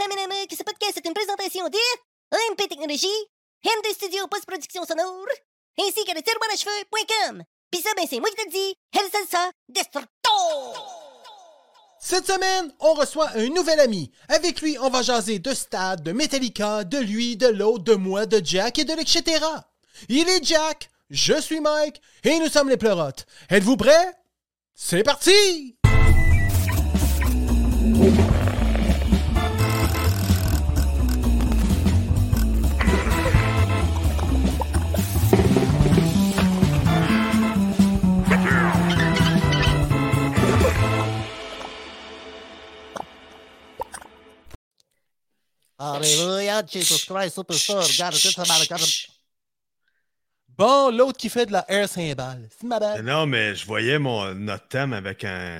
que ce podcast est une présentation de AMP Technologies, M2 Studio Post-Production Sonore, ainsi que le tiroiracheveux.com. Pis ça, c'est moi qui te le dis, El Salsa Destructo! Cette semaine, on reçoit un nouvel ami. Avec lui, on va jaser de Stade, de Metallica, de lui, de l'autre, de moi, de Jack et de l'etc. Il est Jack, je suis Mike, et nous sommes les Pleurotes. Êtes-vous prêts? C'est parti! Alléluia, Jesus Christ, Superstar, regarde, regarde. Bon, l'autre qui fait de la air cymbale. C'est ma belle. Non, mais je voyais notre thème avec un...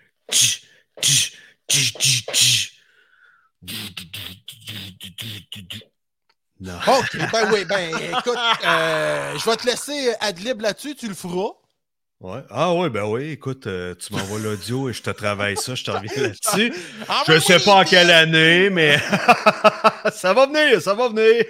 Non. OK, ben oui, écoute, je vais te laisser adlib là-dessus, tu le feras. Ouais. Ah oui, ben oui, écoute, tu m'envoies l'audio et je te travaille ça, je te reviens là-dessus. Je sais pas en quelle année, mais ça va venir, ça va venir.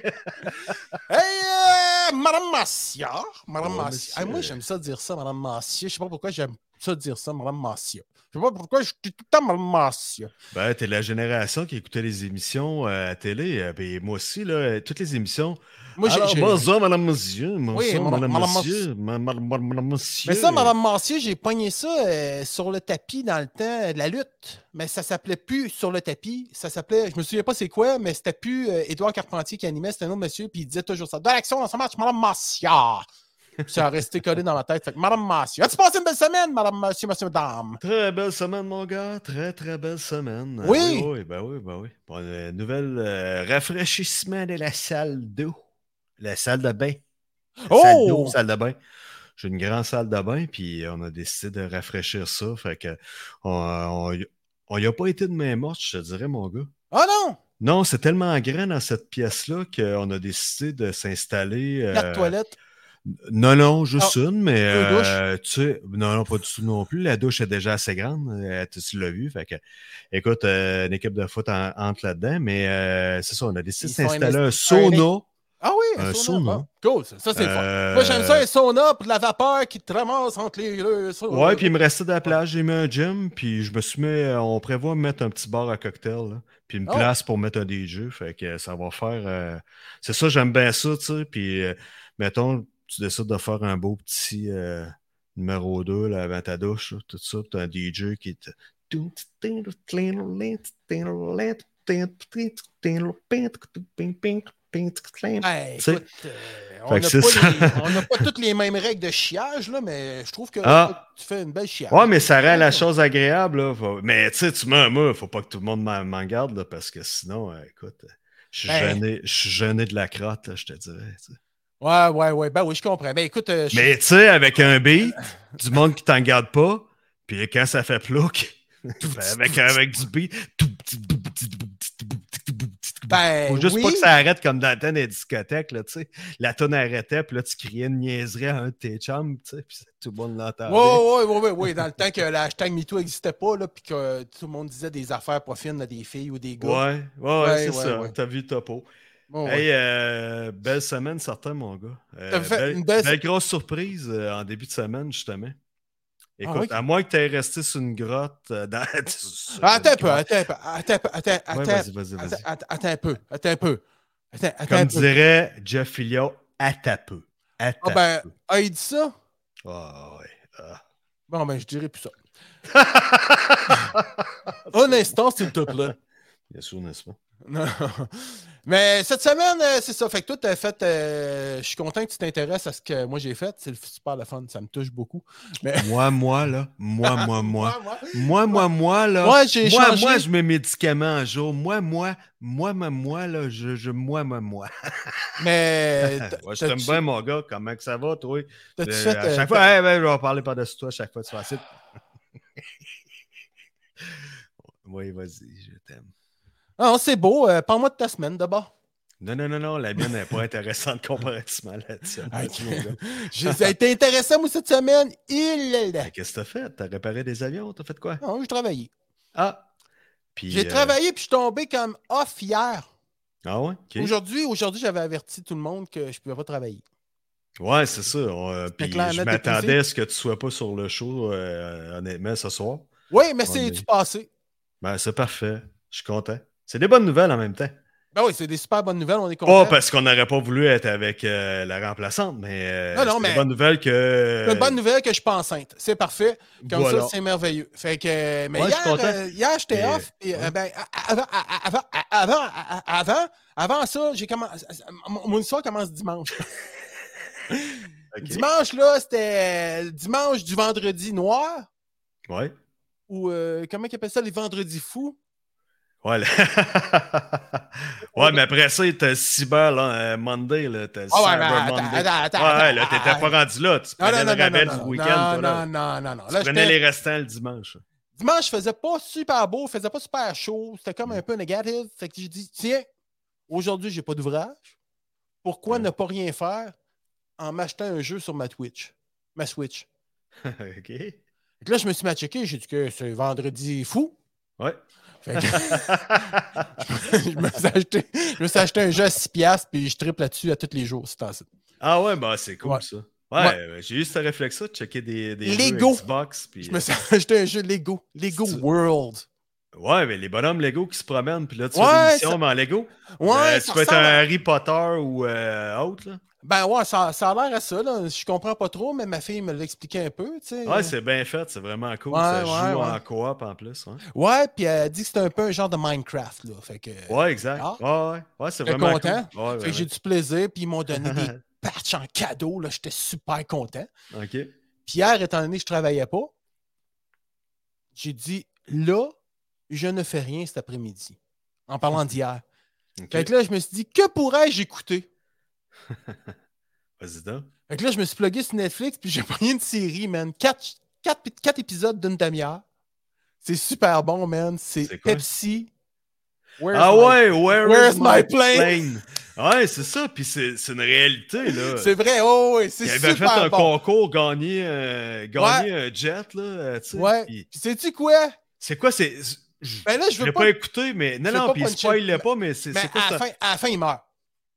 Hey, Madame Massia. Madame Ouais, Massia. monsieur. Hey, moi, j'aime ça dire ça, Madame Massia. Je sais pas pourquoi j'aime ça dire ça, Madame Massia. Je sais pas pourquoi je dis tout le temps Madame Massia. Ben, t'es la génération qui écoutait les émissions à télé. Ben, moi aussi, là, toutes les émissions. Moi, Alors, j'ai... bonjour, madame, monsieur. Oui, Bonjour, madame monsieur. Madame, monsieur. Mais ça, Madame Massier, j'ai pogné ça sur le tapis dans le temps de la lutte. Mais ça s'appelait plus sur le tapis. Ça s'appelait, je me souviens pas c'est quoi, mais c'était plus Édouard Carpentier qui animait, c'était un autre monsieur, puis il disait toujours ça. Dans l'action, dans ce match, Madame Massier. Ça a resté collé dans ma tête. Fait que Madame Massier. As-tu passé une belle semaine, Madame Massier, monsieur, madame? Très belle semaine, mon gars. Très, très belle semaine. Oui. Oui, ben oui. Bon, nouvelle rafraîchissement de la salle d'eau. La salle de bain. Oh! Salle d'eau, salle de bain. J'ai une grande salle de bain, puis on a décidé de rafraîchir ça. Fait que on y a pas été de main morte, je te dirais, mon gars. Ah non! Non, c'est tellement grand dans cette pièce-là qu'on a décidé de s'installer. 4 toilettes. Non, juste une, mais deux douches. tu sais, non, pas du tout non plus. La douche est déjà assez grande, tu l'as vu. Fait que, écoute, une équipe de foot entre là-dedans, mais c'est ça, on a décidé de s'installer un sauna. Ah oui, Un un sauna. sauna. Cool, ça c'est fun. Moi, j'aime ça, un sauna pour de la vapeur qui te ramasse entre les deux. Ouais, puis il me restait de la plage, j'ai mis un gym, puis je me suis mis, on prévoit mettre un petit bar à cocktail, là, puis une place pour mettre un DJ, fait que ça va faire... c'est ça, j'aime bien ça, tu sais, puis mettons, tu décides de faire un beau petit numéro 2 là, avant ta douche, là, tout ça, puis t'as un DJ qui te... Hey, Tu sais. écoute, on Fait n'a que c'est pas toutes les mêmes règles de chiage, là, mais je trouve que tu fais une belle chiage. Ouais, mais ça rend la chose agréable. Là. Mais tu sais, moi, faut pas que tout le monde m'en garde, là, parce que sinon, écoute, je suis gêné de la crotte, là, je te dirais. Tu sais. Ouais. Ben oui, je comprends. Ben écoute. Mais tu sais, avec un beat, du monde qui t'en garde pas, puis quand ça fait plouc, avec du beat, ben, faut juste oui. pas que ça arrête comme dans le temps des discothèques, là, tu sais. La tonne arrêtait, puis là, tu criais une niaiserie à un de tes chums, tu sais, puis tout le monde l'entendait. Oui. Dans le temps que le hashtag MeToo n'existait pas, là, puis que tout le monde disait des affaires pas fines à des filles ou des gars. Ouais, c'est ça. Ouais. T'as vu le topo. Ouais. Hey, belle semaine, certain, mon gars. T'as fait une belle grosse surprise en début de semaine, justement. Écoute, oui? à moins que tu aies resté sur une grotte dans... Attends un peu. Vas-y. Attends un peu. Comme dirait Jeff Fillion, à ta peu. Il dit ça? Ouais. Bon, ben, je dirais plus ça. Un instant, s'il te plaît. Bien sûr, n'est-ce pas? Non. Mais cette semaine, c'est ça. Fait que toi, t'as fait. Je suis content que tu t'intéresses à ce que moi j'ai fait. C'est super le fun. Ça me touche beaucoup. Mais... Moi, là. Moi, là. Moi, je mets médicaments un jour. Moi, là. Moi. Mais. Je t'aime bien, mon gars. Comment que ça va, toi? T'as-tu fait. À chaque fois, je vais parler par-dessus toi. À chaque fois, tu fais assez. Oui, vas-y, je t'aime. Ah, c'est beau. Parle-moi de ta semaine d'abord. Non, la mienne n'est pas intéressante comparativement là-dessus. J'ai été intéressant, moi, cette semaine. Qu'est-ce que t'as fait? T'as réparé des avions? T'as fait quoi? Non, j'ai travaillé. Ah! Puis, J'ai travaillé puis je suis tombé comme off hier. Ah ouais? OK. Aujourd'hui, j'avais averti tout le monde que je pouvais pas travailler. Ouais, c'est ça. Puis clair, je net m'attendais déposé. à ce que tu sois pas sur le show, honnêtement, ce soir. Oui, mais Ouais, c'est mais- du passé. Ben, c'est parfait. Je suis content. C'est des bonnes nouvelles en même temps. Ben oui, c'est des super bonnes nouvelles, on est Pas content. parce qu'on n'aurait pas voulu être avec la remplaçante, mais Non, c'est mais des bonnes nouvelles que. c'est une bonne nouvelle que je suis pas enceinte. C'est parfait. Comme Voilà. ça, c'est merveilleux. Fait que, mais Ouais, je suis content. hier, j'étais Et, off. Et, ouais. ben, avant ça, j'ai commencé. Mon histoire commence dimanche. OK. Dimanche, là, c'était le dimanche du vendredi noir. Ouais. Ou comment ils appellent ça, les vendredis fous? Ouais, ouais, mais après ça, t'as Cyber Monday, là. T'as Ah ouais, mais Cyber Monday. Ouais, là, t'étais pas rendu là. Tu prenais le rabais du week-end, toi, là. Non. Tu Là, prenais les restants le dimanche. dimanche, il faisait pas super beau, il faisait pas super chaud. C'était comme un peu négatif. Fait que j'ai dit, tiens, aujourd'hui, j'ai pas d'ouvrage. Pourquoi ne pas rien faire en m'achetant un jeu sur ma Switch? OK. Fait que là, je me suis mis à checker. J'ai dit que c'est vendredi fou. Ouais. Fait que je me suis acheté un jeu à 6$ puis je triple là-dessus à tous les jours. C'est ainsi. Ah ouais, bah c'est cool Ouais. ça. Ouais, j'ai eu ce réflexe-là de checker des Lego. jeux Xbox. Puis, Je me suis acheté un jeu Lego World. Ouais, mais les bonhommes Lego qui se promènent, puis là, tu fais Ouais, des missions ça- mais en Lego. Ouais, tu ça peux être ressemble un à- Harry Potter ou autre, là. Ben ouais, ça a l'air à ça. Là. Je comprends pas trop, mais ma fille me l'a expliqué un peu. Tu sais. Ouais, c'est bien fait, c'est vraiment cool. Ouais, Ça ouais, joue ouais. en coop en plus. Hein. Ouais, puis elle dit que c'est un peu un genre de Minecraft. Là. Fait que, Ouais, exact. Ah. Ouais, c'est J'étais vraiment content. cool. Ouais, Fait que j'ai vraiment. du plaisir, puis ils m'ont donné des patchs en cadeau. Là. J'étais super content. OK. Puis hier, étant donné que je travaillais pas, j'ai dit, là, je ne fais rien cet après-midi. En parlant d'hier. OK. Fait que là, je me suis dit, que pourrais-je écouter? Vas-y donc. Fait que là, je me suis plugué sur Netflix, puis j'ai pris une série, man. 4 épisodes d'une demi-heure. C'est super bon, man. C'est C'est quoi? Pepsi. Where's my plane? Ouais, c'est ça. Puis c'est une réalité, là. C'est vrai, oh, ouais, c'est Il super avait fait un bon. concours, gagné un jet, là. Tu sais, Ouais. puis Puis sais-tu quoi? c'est quoi? Ben là, je Je veux l'ai pas... pas écouté, mais non, je veux non, pas puis puncher. spoil-le pas, mais c'est Mais quoi à la fin, il meurt.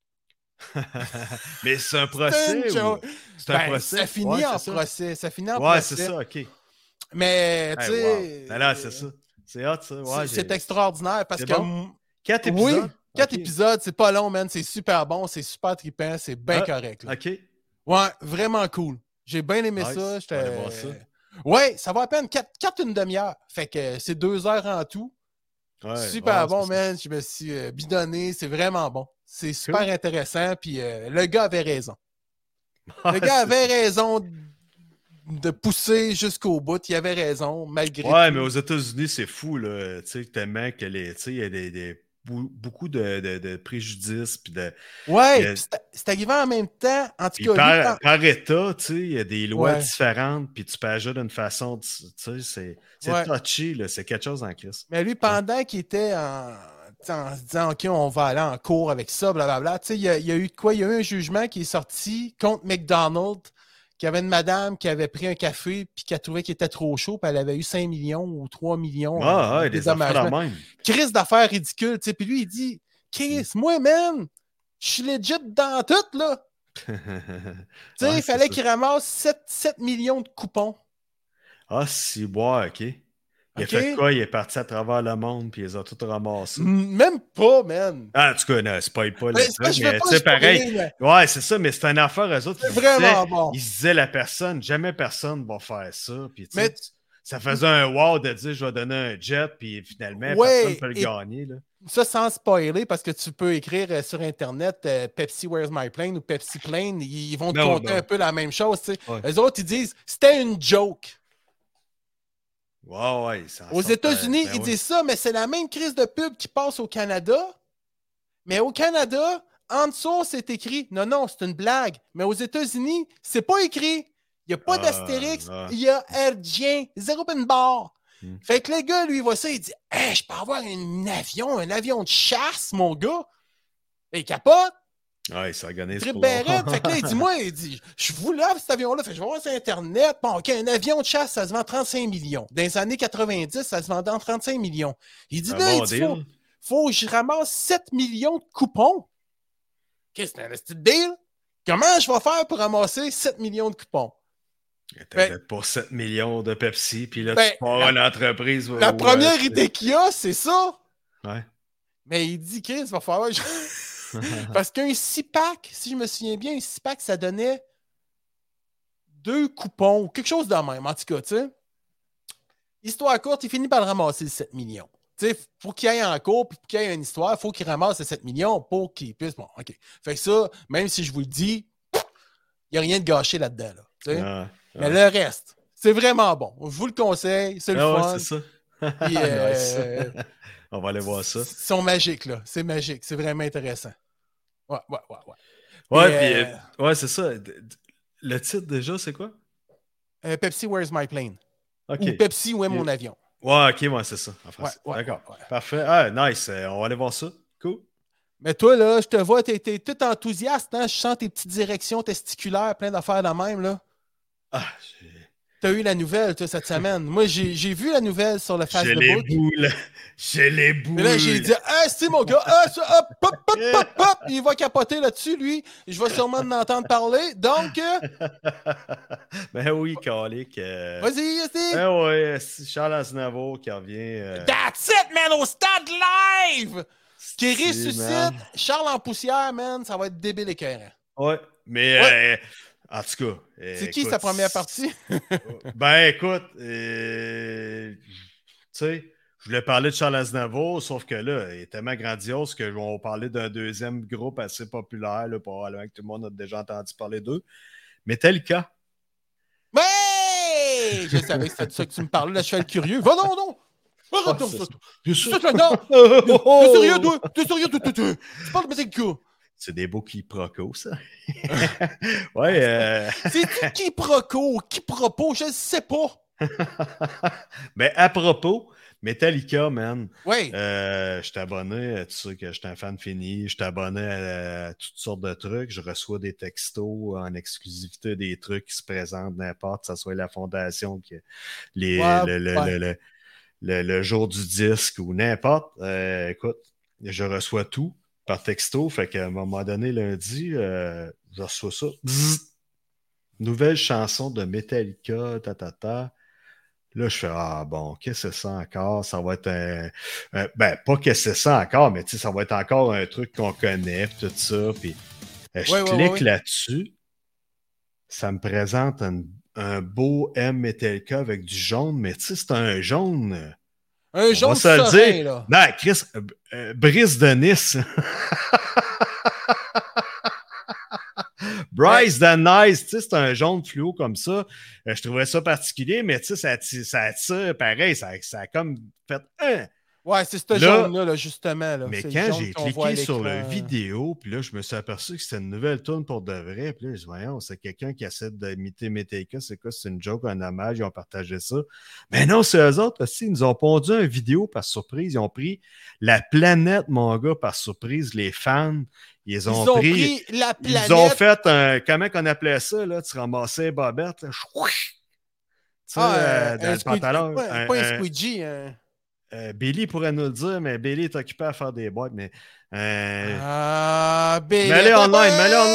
Mais c'est un procès C'est une ou... joke. C'est un Ben, procès? ça finit Ouais, en c'est ça. procès. Ça finit en Ouais, procès. c'est ça, OK. Mais, tu Hey, sais... wow. Non, c'est ça. C'est hot, ça. Ouais, c'est extraordinaire parce C'est que... bon? 4 Oui, épisodes? 4 OK. épisodes, c'est pas long, man. C'est super bon, c'est super trippant, c'est bien Ah, correct. Là. OK. Ouais, vraiment cool. J'ai bien aimé Nice. ça. On va aller voir ça. Ouais, ça va à peine 4 une demi-heure. Fait que c'est 2 heures en tout. Ouais, Super ouais, bon, c'est ça. man. Je me suis bidonné. C'est vraiment bon. C'est super Cool. intéressant. Puis le gars avait raison. Le Ouais, gars avait raison de pousser jusqu'au bout. Il avait raison, malgré Ouais, tout. mais aux États-Unis, c'est fou, là. Tu sais, tellement que tu sais, il y a beaucoup de préjudices. Puis Ouais, il- puis c'est arrivé en même temps. En tout puis cas, lui, par État, tu sais, il y a des lois Ouais. différentes, puis tu peux agir d'une façon, tu sais, c'est Ouais. touchy, là. C'est quelque chose en crise. Mais lui, pendant qu'il était en se disant, OK, on va aller en cours avec ça, blablabla, tu sais, il y a eu de quoi? Il y a eu un jugement qui est sorti contre McDonald's, qui avait une madame qui avait pris un café puis qui a trouvé qu'il était trop chaud, puis elle avait eu 5 millions ou 3 millions Ah, en ouais, des affaires dédommagement. de même. Crise d'affaires ridicule, tu sais. Puis lui, il dit, Chris, moi, man, je suis legit dans tout, là. Tu sais, Ouais, il fallait c'est qu'il ramasse 7 millions de coupons. Ah, si, ouais, OK. Il a OK? fait quoi? Il est parti à travers le monde, puis ils ont tout ramassé. Même pas, man. Ah, en tout cas, non, spoil pas Mais là-dedans, je veux mais pas tu sais, pareil. spoiler, mais Ouais, c'est ça, mais c'est une affaire, eux autres. c'est vraiment bon. Ils se disaient, la personne, jamais personne va faire ça. Puis, tu sais, Mais ça faisait un wow de dire, je vais donner un jet, puis finalement, Ouais, personne ne peut le et- gagner. Là. ça, sans spoiler, parce que tu peux écrire sur Internet Pepsi Where's My Plane ou Pepsi Plane, ils vont te Non, compter non. un peu la même chose. Tu sais. Ouais. Eux autres, ils disent c'était une joke. Ouais, ça en Aux sort, États-Unis, ben ils ouais. disent ça, mais c'est la même crise de pub qui passe au Canada. Mais au Canada, en dessous, c'est écrit non, c'est une blague. Mais aux États-Unis, c'est pas écrit. Il n'y a pas Ah, d'astérix, ah. il y a rien, zéro pin barre. Hmm. Fait que le gars, lui, il voit ça, il dit hey, je peux avoir un avion de chasse, mon gars. Et il capote. Ouais, il s'organise Trip pour ben raide. Fait que là, il dit, moi, il dit, je vous lave cet avion-là. Fait que je vais voir sur Internet. Bon, OK, un avion de chasse, ça se vend 35 millions. Dans les années 90, ça se vendait en 35 millions. Il dit, un là, bon il dit, deal. faut que je ramasse 7 millions de coupons. Qu'est-ce que c'est un petit deal? Comment je vais faire pour ramasser 7 millions de coupons? T'achètes pour 7 millions de Pepsi, puis là, Ben, tu pars une entreprise. La première idée qu'il y a, c'est ça. Ouais. Mais il dit, Chris, il va falloir... Parce qu'un 6-pack, si je me souviens bien, un 6-pack, ça donnait 2 coupons, quelque chose de même, en tout cas, tu sais. Histoire courte, il finit par le ramasser, le 7 millions. Tu sais, pour qu'il aille en cours, puis pour qu'il y ait une histoire, il faut qu'il ramasse les 7 millions pour qu'il puisse... Bon, OK. Fait que ça, même si je vous le dis, il n'y a rien de gâché là-dedans, là. Tu sais. Mais le reste, c'est vraiment bon. Je vous le conseille, c'est le fun. Ouais, c'est ça. Puis, Nice. On va aller voir ça. Ils sont magiques, là. C'est magique. C'est vraiment intéressant. Ouais. Ouais, puis, ouais, c'est ça. Le titre, déjà, c'est quoi? Pepsi, Where's My Plane? OK. Ou Pepsi, Où est mon avion? Ouais, OK, ouais, c'est ça. En français. Ouais, D'accord. ouais. Parfait. Ah, nice. On va aller voir ça. Cool. Mais toi, là, je te vois, t'es tout enthousiaste, hein? Je sens tes petites directions testiculaires, plein d'affaires de même, là. Ah, T'as eu la nouvelle, toi, cette semaine. Moi, j'ai vu la nouvelle sur le J'ai Facebook. les boules. J'ai les boules. Mais là, j'ai dit, ah, c'est mon gars, ah, ça, hop, pop, pop, pop, pop. Il va capoter là-dessus, lui. Je vais sûrement en entendre parler. Donc, ben oui, calique. vas-y, vas-y. Ben ouais, c'est Charles Aznavour qui revient. That's it, man, au stade live! Qui Si, ressuscite man. Charles en poussière, man. Ça va être débile écœurant. Ouais, mais Ouais. en tout cas. C'est qui écoute, sa première partie? Ben écoute, tu sais, je voulais parler de Charles Aznavour, sauf que là, il est tellement grandiose que on va parler d'un deuxième groupe assez populaire, là, probablement que tout le monde a déjà entendu parler d'eux. Metallica. Ouais! Je savais que c'était de ça que tu me parlais, là, je fais le curieux. Va non, non! Arrête, c'est non, ça. c'est ça, non! T'es sérieux, toi? T'es sérieux, toi? Tu parles de Metallica? C'est des beaux quiproquos, ça. Ouais. C'est-tu quiproquo? Je ne sais pas. Ben, à propos, Metallica, man. Oui. Je suis abonné, tu sais que je suis un fan fini. Je suis abonné à toutes sortes de trucs. Je reçois des textos en exclusivité, des trucs qui se présentent n'importe, que ce soit la fondation, le jour du disque ou n'importe. Écoute, je reçois tout par texto. Fait qu'à un moment donné, lundi, je reçois ça. Bzzz. Nouvelle chanson de Metallica, Là, je fais, ah bon, qu'est-ce que c'est ça encore? Ça va être ben, pas que c'est ça encore, mais tu sais, ça va être encore un truc qu'on connaît, pis tout ça. Puis je clique là-dessus. Ça me présente un beau M Metallica avec du jaune, mais tu sais, c'est un jaune. Un jaune serein, là. Ben, Chris, Brise de Nice. Bryce the Nice, tu sais, c'est un jaune fluo comme ça. Je trouvais ça particulier, mais tu sais, ça attire pareil. Ça a comme fait un. Ouais, c'est ce jaune-là, là, justement. Là. Mais c'est quand j'ai cliqué sur la la vidéo, puis là, je me suis aperçu que c'était une nouvelle tune pour de vrai. Puis là, je dis, voyons, c'est quelqu'un qui essaie d'imiter Metallica. C'est quoi? C'est une joke, un hommage. Ils ont partagé ça. Mais non, c'est eux autres aussi. Ils nous ont pondu une vidéo par surprise. Ils ont pris la planète, mon gars, par surprise. Les fans, ils ont pris la planète. Ils ont fait un. Comment qu'on appelait ça, là? Tu ramassais les bobettes, là. Tu sais, dans le pantalon. Pas un squeegee. Billy pourrait nous le dire, mais Billy est occupé à faire des boîtes, mais. Billy. Mets-le online.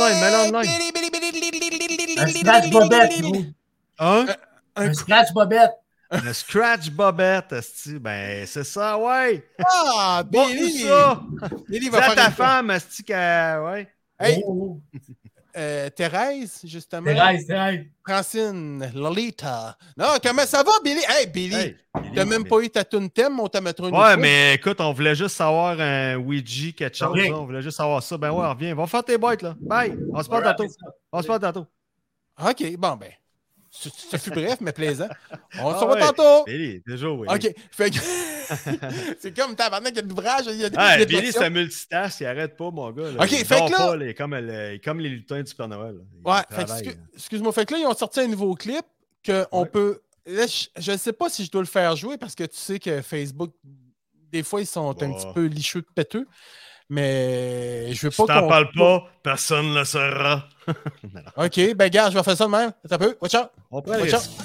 Un scratch bobette, nous. Un scratch bobette. Un scratch bobette, asti. Ben, c'est ça, ouais. Ah, Billy. Ça. Billy va faire ta femme, asti, ouais. Hey. Thérèse, justement. Thérèse. Francine, Lolita. Non, comment ça va, Billy? Hey, Billy, t'as même pas eu ta tune thème, on t'a mettre une Ouais, mais écoute, on voulait juste savoir un Ouija, quelque chose. Okay. Là, on voulait juste savoir ça. Ben ouais, reviens. Va faire tes boîtes, là. Bye. On se parle tantôt. OK, bon, ben. Ça fut bref, mais plaisant. On se revoit tantôt. Billy, toujours, oui. OK. Fait que... c'est comme tabarnak, il y a de l'ouvrage. Il y a des Billy, c'est un multitask, il arrête pas, mon gars. Là. OK, fait que là... Il est comme les lutins du Père Noël. Ouais, fait que, excuse-moi. Fait que là, ils ont sorti un nouveau clip qu'on peut... Là, je ne sais pas si je dois le faire jouer parce que tu sais que Facebook, des fois, ils sont un petit peu licheux, péteux. Mais je veux pas Si t'en parles pas, personne ne le saura. OK, ben gars, je vais faire ça de même. Attends un peu. Watch out. On prend Watch out.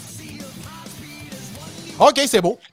OK, c'est beau.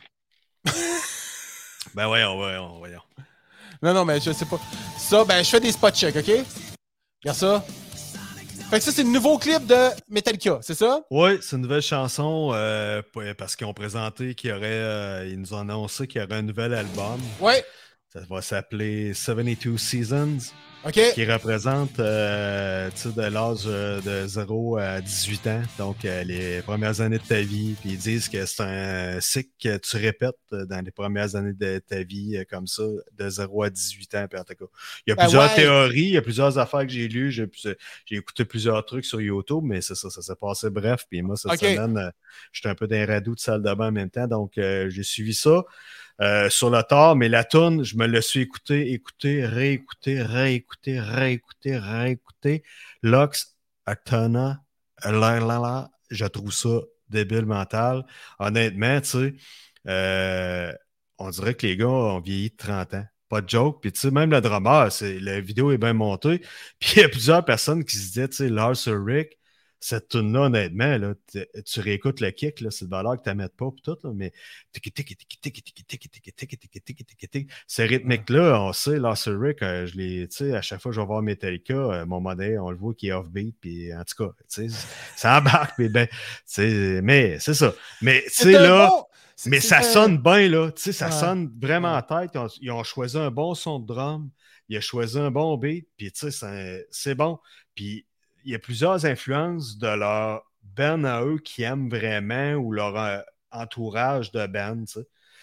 Ben voyons. Non, mais je sais pas. Ça, ben je fais des spot checks, OK? Regarde ça. Fait que ça, c'est le nouveau clip de Metallica, c'est ça? Oui, c'est une nouvelle chanson parce qu'ils ont présenté qu'il y aurait... ils nous ont annoncé qu'il y aurait un nouvel album. Ouais. Ça va s'appeler 72 Seasons. OK. Qui représente de l'âge de 0 à 18 ans. Donc, les premières années de ta vie. Puis ils disent que c'est un cycle que tu répètes dans les premières années de ta vie, comme ça, de 0 à 18 ans. Puis en tout cas, il y a plusieurs théories, il y a plusieurs affaires que j'ai lues. J'ai écouté plusieurs trucs sur YouTube, mais c'est ça s'est passé bref. Puis moi, cette semaine, j'étais un peu dans les radous de salle de bain en même temps. Donc, j'ai suivi ça. Sur le tard, mais la toune, je me le suis écouté, réécouté. Lux, Actona, je trouve ça débile mental. Honnêtement, tu sais, on dirait que les gars ont vieilli de 30 ans. Pas de joke. Puis, tu sais, même le drummer, la vidéo est bien montée. Puis, il y a plusieurs personnes qui se disaient, tu sais, Lars Ulrich, cette tune-là, honnêtement, là, tu réécoutes le kick, là, c'est le valeur que tu n'amettes pas, pis tout, là, mais ces rythmiques-là, on sait, Lars Ulrich, je les, tu sais, à chaque fois que je vais voir Metallica, mon modèle, on le voit qui est off-beat, puis en tout cas, tu sais, ça embarque, mais ben, mais c'est ça. Mais, tu sais, là, mais ça sonne bien, là, tu sais, ça sonne vraiment en tête. Ils ont choisi un bon son de drum, ils ont choisi un bon beat, puis tu sais, c'est bon. Puis, il y a plusieurs influences de leur band à eux qui aiment vraiment ou leur entourage de band. Tu sais.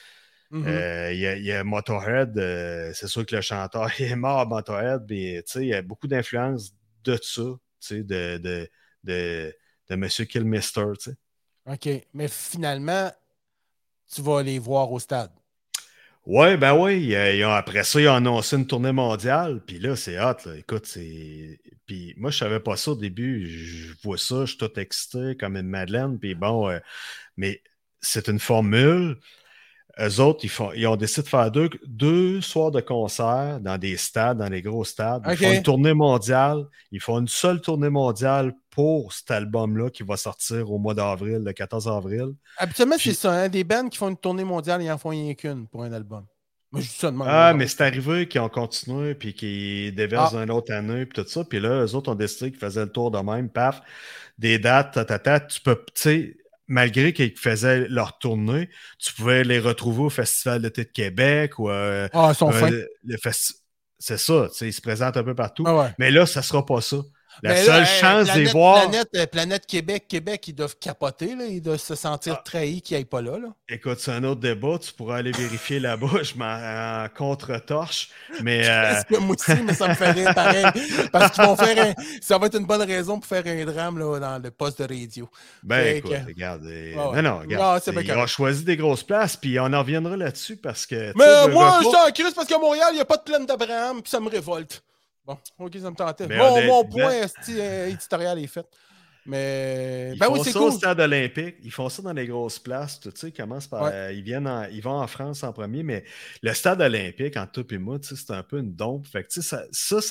Il y a Motorhead, c'est sûr que le chanteur est mort, Motorhead, mais tu sais, il y a beaucoup d'influences de ça, tu sais, de Monsieur Killmister. Tu sais. OK, mais finalement, tu vas les voir au stade. Oui, ben oui. Après ça, ils ont annoncé une tournée mondiale. Puis là, c'est hot. Là. Écoute, c'est. Puis moi, je savais pas ça au début. Je vois ça, je suis tout excité comme une madeleine. Puis bon, mais c'est une formule. Eux autres, ils ont décidé de faire deux soirs de concert dans des stades, dans les gros stades. Ils font une tournée mondiale. Ils font une seule tournée mondiale pour cet album-là qui va sortir au mois d'avril, le 14 avril. Habituellement, c'est ça. Hein? Des bands qui font une tournée mondiale, ils en font rien qu'une pour un album. Moi, je dis ça de même. Mais c'est arrivé qu'ils ont continué puis qu'ils déversent une autre année puis tout ça. Puis là, eux autres ont décidé qu'ils faisaient le tour de même. Paf, des dates, tu peux, tu sais, malgré qu'ils faisaient leur tournée, tu pouvais les retrouver au Festival d'été de Québec ou ils sont fins. C'est ça, ils se présentent un peu partout. Ah ouais. Mais là, ça sera pas ça. La seule chance de les voir... Planète Québec, ils doivent capoter. Là. Ils doivent se sentir trahis qu'ils n'aillent pas là. Écoute, c'est un autre débat. Tu pourras aller vérifier là-bas. Je m'en contre-torche. Mais, moi aussi, mais ça me fait rire pareil. Parce qu'ils vont faire ça va être une bonne raison pour faire un drame là, dans le poste de radio. Ben écoute, regarde. Regarde. Ils ont choisi des grosses places, puis on en reviendra là-dessus parce que... Mais moi, je suis en crise parce qu'à Montréal, il n'y a pas de plaine d'Abraham, puis ça me révolte. Bon, OK, ça me tentait. Mon point éditorial est fait. Mais ils font ça au stade olympique. Ils font ça dans les grosses places. Tu sais, ils commencent par. Ils vont en France en premier, mais le stade olympique, entre toi et moi, tu sais, c'est un peu une dompe. Fait que tu sais,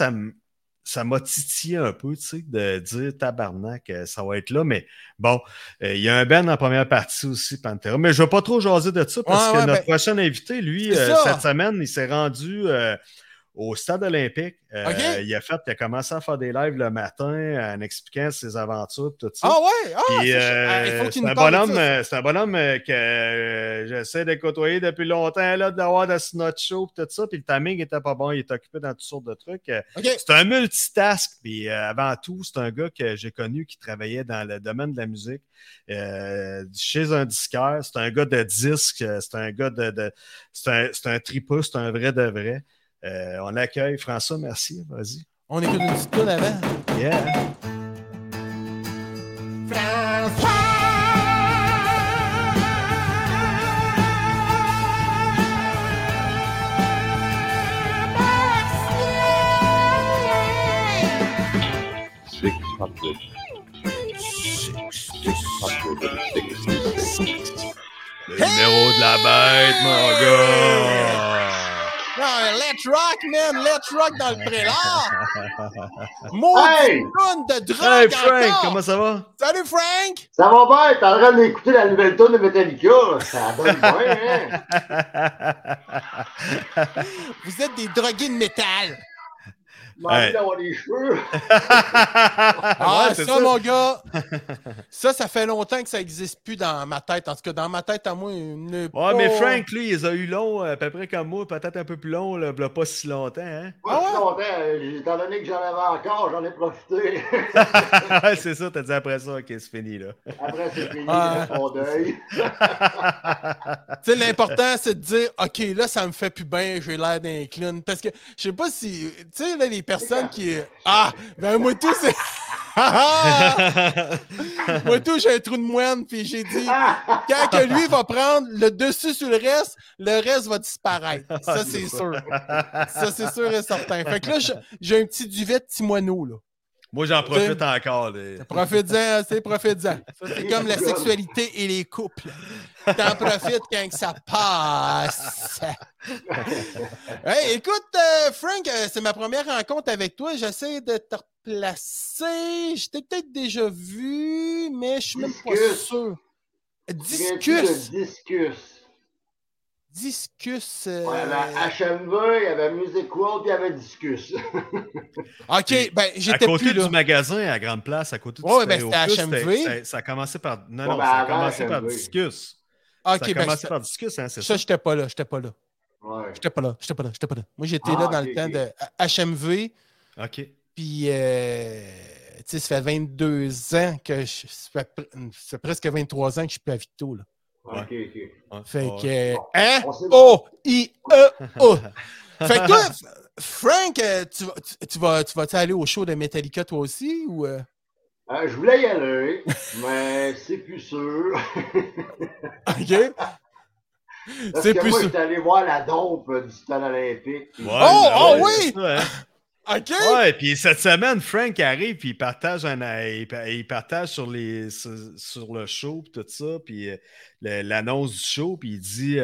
ça m'a titillé un peu, tu sais, de dire tabarnak, ça va être là. Mais bon, il y a un band en première partie aussi, Pantera. Mais je ne vais pas trop jaser de ça parce que notre prochain invité, lui, cette semaine, il s'est rendu. Au stade olympique, il a commencé à faire des lives le matin en expliquant ses aventures tout ça. Ah ouais? Il faut qu'il nous parle de ça. C'est un bonhomme que j'essaie de côtoyer depuis longtemps, là, d'avoir de notre show tout ça. Puis le timing était pas bon, il était occupé dans toutes sortes de trucs. C'est un multitask. Puis avant tout, c'est un gars que j'ai connu qui travaillait dans le domaine de la musique chez un disquaire. C'est un gars de disque, c'est un gars c'est un tripeux, c'est un vrai de vrai. On accueille François, merci, vas-y. On écoute une petite toune avant. Yeah. François! Le numéro de la bête, mon gars! Let's rock, man! Let's rock dans le prélat! Maudit tonne de drogue Hey, Frank, encore! comment ça va? Salut, Frank! Ça va bien, t'es en train d'écouter la nouvelle tune de Metallica. Ça donne bien, hein? Vous êtes des drogués de métal! J'ai envie d'avoir les cheveux. Ah, ça, mon gars! Ça fait longtemps que ça n'existe plus dans ma tête. En tout cas, dans ma tête, à moi, mais Frank, lui, il a eu long, à peu près comme moi, peut-être un peu plus long, là, pas si longtemps, hein? Pas si longtemps. Étant donné que j'en avais encore, j'en ai profité. C'est ça, t'as dit après ça, ok, c'est fini, là. Après, c'est fini, mon deuil. Tu sais, l'important, c'est de dire, OK, là, ça me fait plus bien, j'ai l'air d'un clown. Parce que, je sais pas si, tu sais, là, les personnes qui... ben moi tout, c'est... Moi tout, j'ai un trou de moine, puis j'ai dit, quand que lui va prendre le dessus sur le reste va disparaître. Ça, c'est sûr. Ça, c'est sûr et certain. Fait que là, j'ai un petit duvet de petit moineau, là. Moi, j'en profite encore. Profites-en, profites-en. Ça, c'est comme la sexualité et les couples. T'en profites quand que ça passe. Hey, écoute, Frank, c'est ma première rencontre avec toi. J'essaie de te replacer. Je t'ai peut-être déjà vu, mais je suis même pas sûr. Discus. Discus. Ouais, il y avait HMV, il y avait Music World, puis il y avait Discus. OK, ben j'étais plus là. À côté du magasin, à Grande Place, à côté du c'était HMV. Ça a commencé par... Non, ça a commencé par Discus. OK, ça a commencé par Discus, hein, c'est ça? Ça, j'étais pas là. Ouais. J'étais pas là. Moi, j'étais là dans le temps de HMV. OK. Puis, tu sais, ça fait 22 ans que ça fait presque 23 ans que je suis plus à Victo, là. OK. Fait que... O-I-E-O. Fait que toi, Frank, tu vas-tu aller au show de Metallica toi aussi, ou... Je voulais y aller, mais c'est plus sûr. OK. Parce que moi, j'étais allé voir la dompe du stade olympique. Oui! Ça, hein? OK! Ouais, puis cette semaine, Frank arrive, puis il partage sur le show, puis tout ça, puis l'annonce du show, puis il dit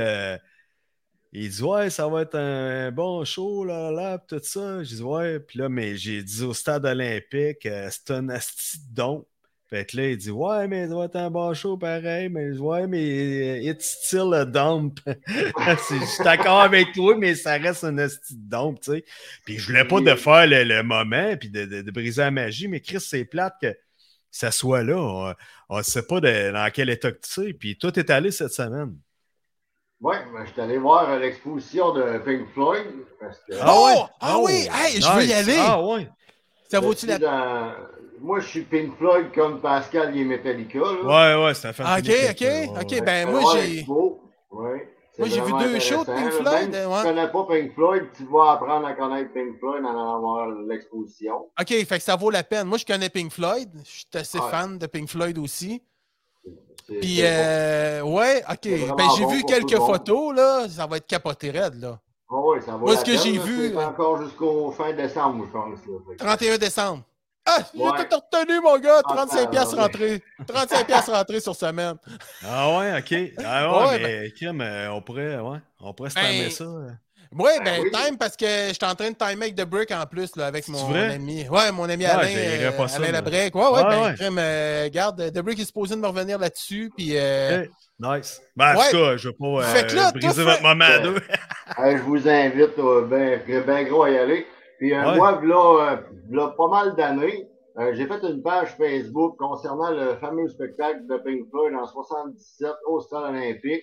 ouais, ça va être un bon show, là, puis tout ça. J'ai dit, ouais, puis là, mais j'ai dit au stade olympique, c'est un asti de don. Fait que là, il dit, ouais, mais ça va être un bon show pareil, mais ouais, mais it's still a dump. Je suis d'accord avec toi, mais ça reste un asti de dump, tu sais. Puis je voulais pas de faire le moment, puis de briser la magie, mais Chris, c'est plate que ça soit là. On ne sait pas dans quel état que tu sais. Puis toi, t'es allé cette semaine. Oui, mais je suis allé voir l'exposition de Pink Floyd. Parce que... oui! Hey, je veux y aller! Ah ouais! Ça vaut-tu la... Moi, je suis Pink Floyd comme Pascal, il est Metallica. Là. Ouais, c'est un fan. OK, ben moi, j'ai... Moi, j'ai vu 2 shows de Pink Floyd. Même si tu connais pas Pink Floyd, tu vas apprendre à connaître Pink Floyd en allant voir l'exposition. OK, fait que ça vaut la peine. Moi, je connais Pink Floyd. Je suis assez fan de Pink Floyd aussi. Puis, ouais, OK. Ben, j'ai vu quelques photos, là. Ça va être capoté raide, là. Oui, ça va. Moi, ce que j'ai vu... C'est encore jusqu'au fin décembre, je pense. Là. 31 décembre. J'ai tout retenu, mon gars. 35$ rentrés. 35$ rentrés sur semaine. Ah ouais, OK. Mais Kim, on pourrait se timer ça. Oui, time parce que je suis en train de timer avec The Brick en plus, là, avec mon ami. Ouais, mon ami Alain, Alain Labrec. Kim, regarde, The Brick est supposé de me revenir là-dessus. Puis. Nice. Ben, en tout cas, je ne veux pas briser votre moment à deux. Je vous invite ben gros à y aller. Puis moi, là, pas mal d'années, j'ai fait une page Facebook concernant le fameux spectacle de Pink Floyd en 77 au Stade olympique.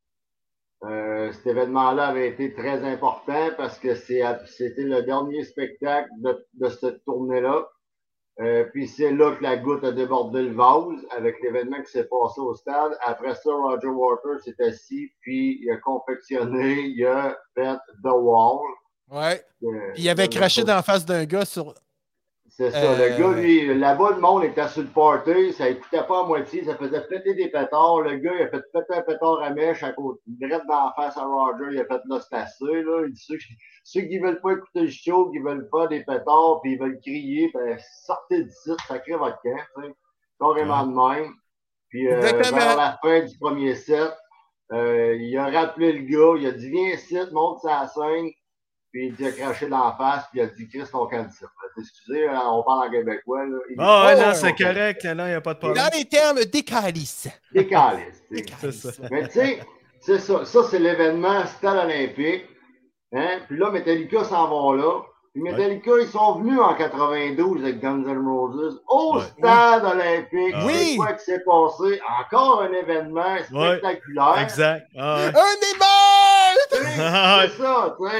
Cet événement-là avait été très important parce que c'était le dernier spectacle de cette tournée-là. Puis c'est là que la goutte a débordé le vase avec l'événement qui s'est passé au stade. Après ça, Roger Waters s'est assis, puis il a confectionné, il a fait The Wall. Ouais. Il avait craché dans la face d'un gars sur... C'est ça. Le gars, lui, là-bas, le monde était sur le party, ça écoutait pas à moitié, ça faisait péter des pétards. Le gars, il a fait péter un pétard à mèche à côté, direct dans la face à Roger, il a fait là, c'est assez, là. Il dit, ceux qui veulent pas écouter le show, qui veulent faire des pétards, puis ils veulent crier, ben, sortez d'ici, sacrez votre camp, tu sais. Carrément de même. Puis, vers la fin du premier set, il a rappelé le gars, il a dit, viens ici, monte sur la scène. puis il a craché dans la face, puis il a dit « Chris, ton candidat. » Excusez, on parle en québécois. Là. Non, c'est correct, là, il n'y a pas de problème. Dans les termes décalices. Décaliste. C'est ça. Mais tu sais, c'est ça. Ça, c'est l'événement Stade olympique. Hein? Puis là, Metallica s'en vont là. Puis Metallica, ils sont venus en 92 avec Guns N' Roses au Stade olympique. C'est quoi qui s'est passé? Encore un événement spectaculaire. Exact. Un des morts! C'est ça, tu sais.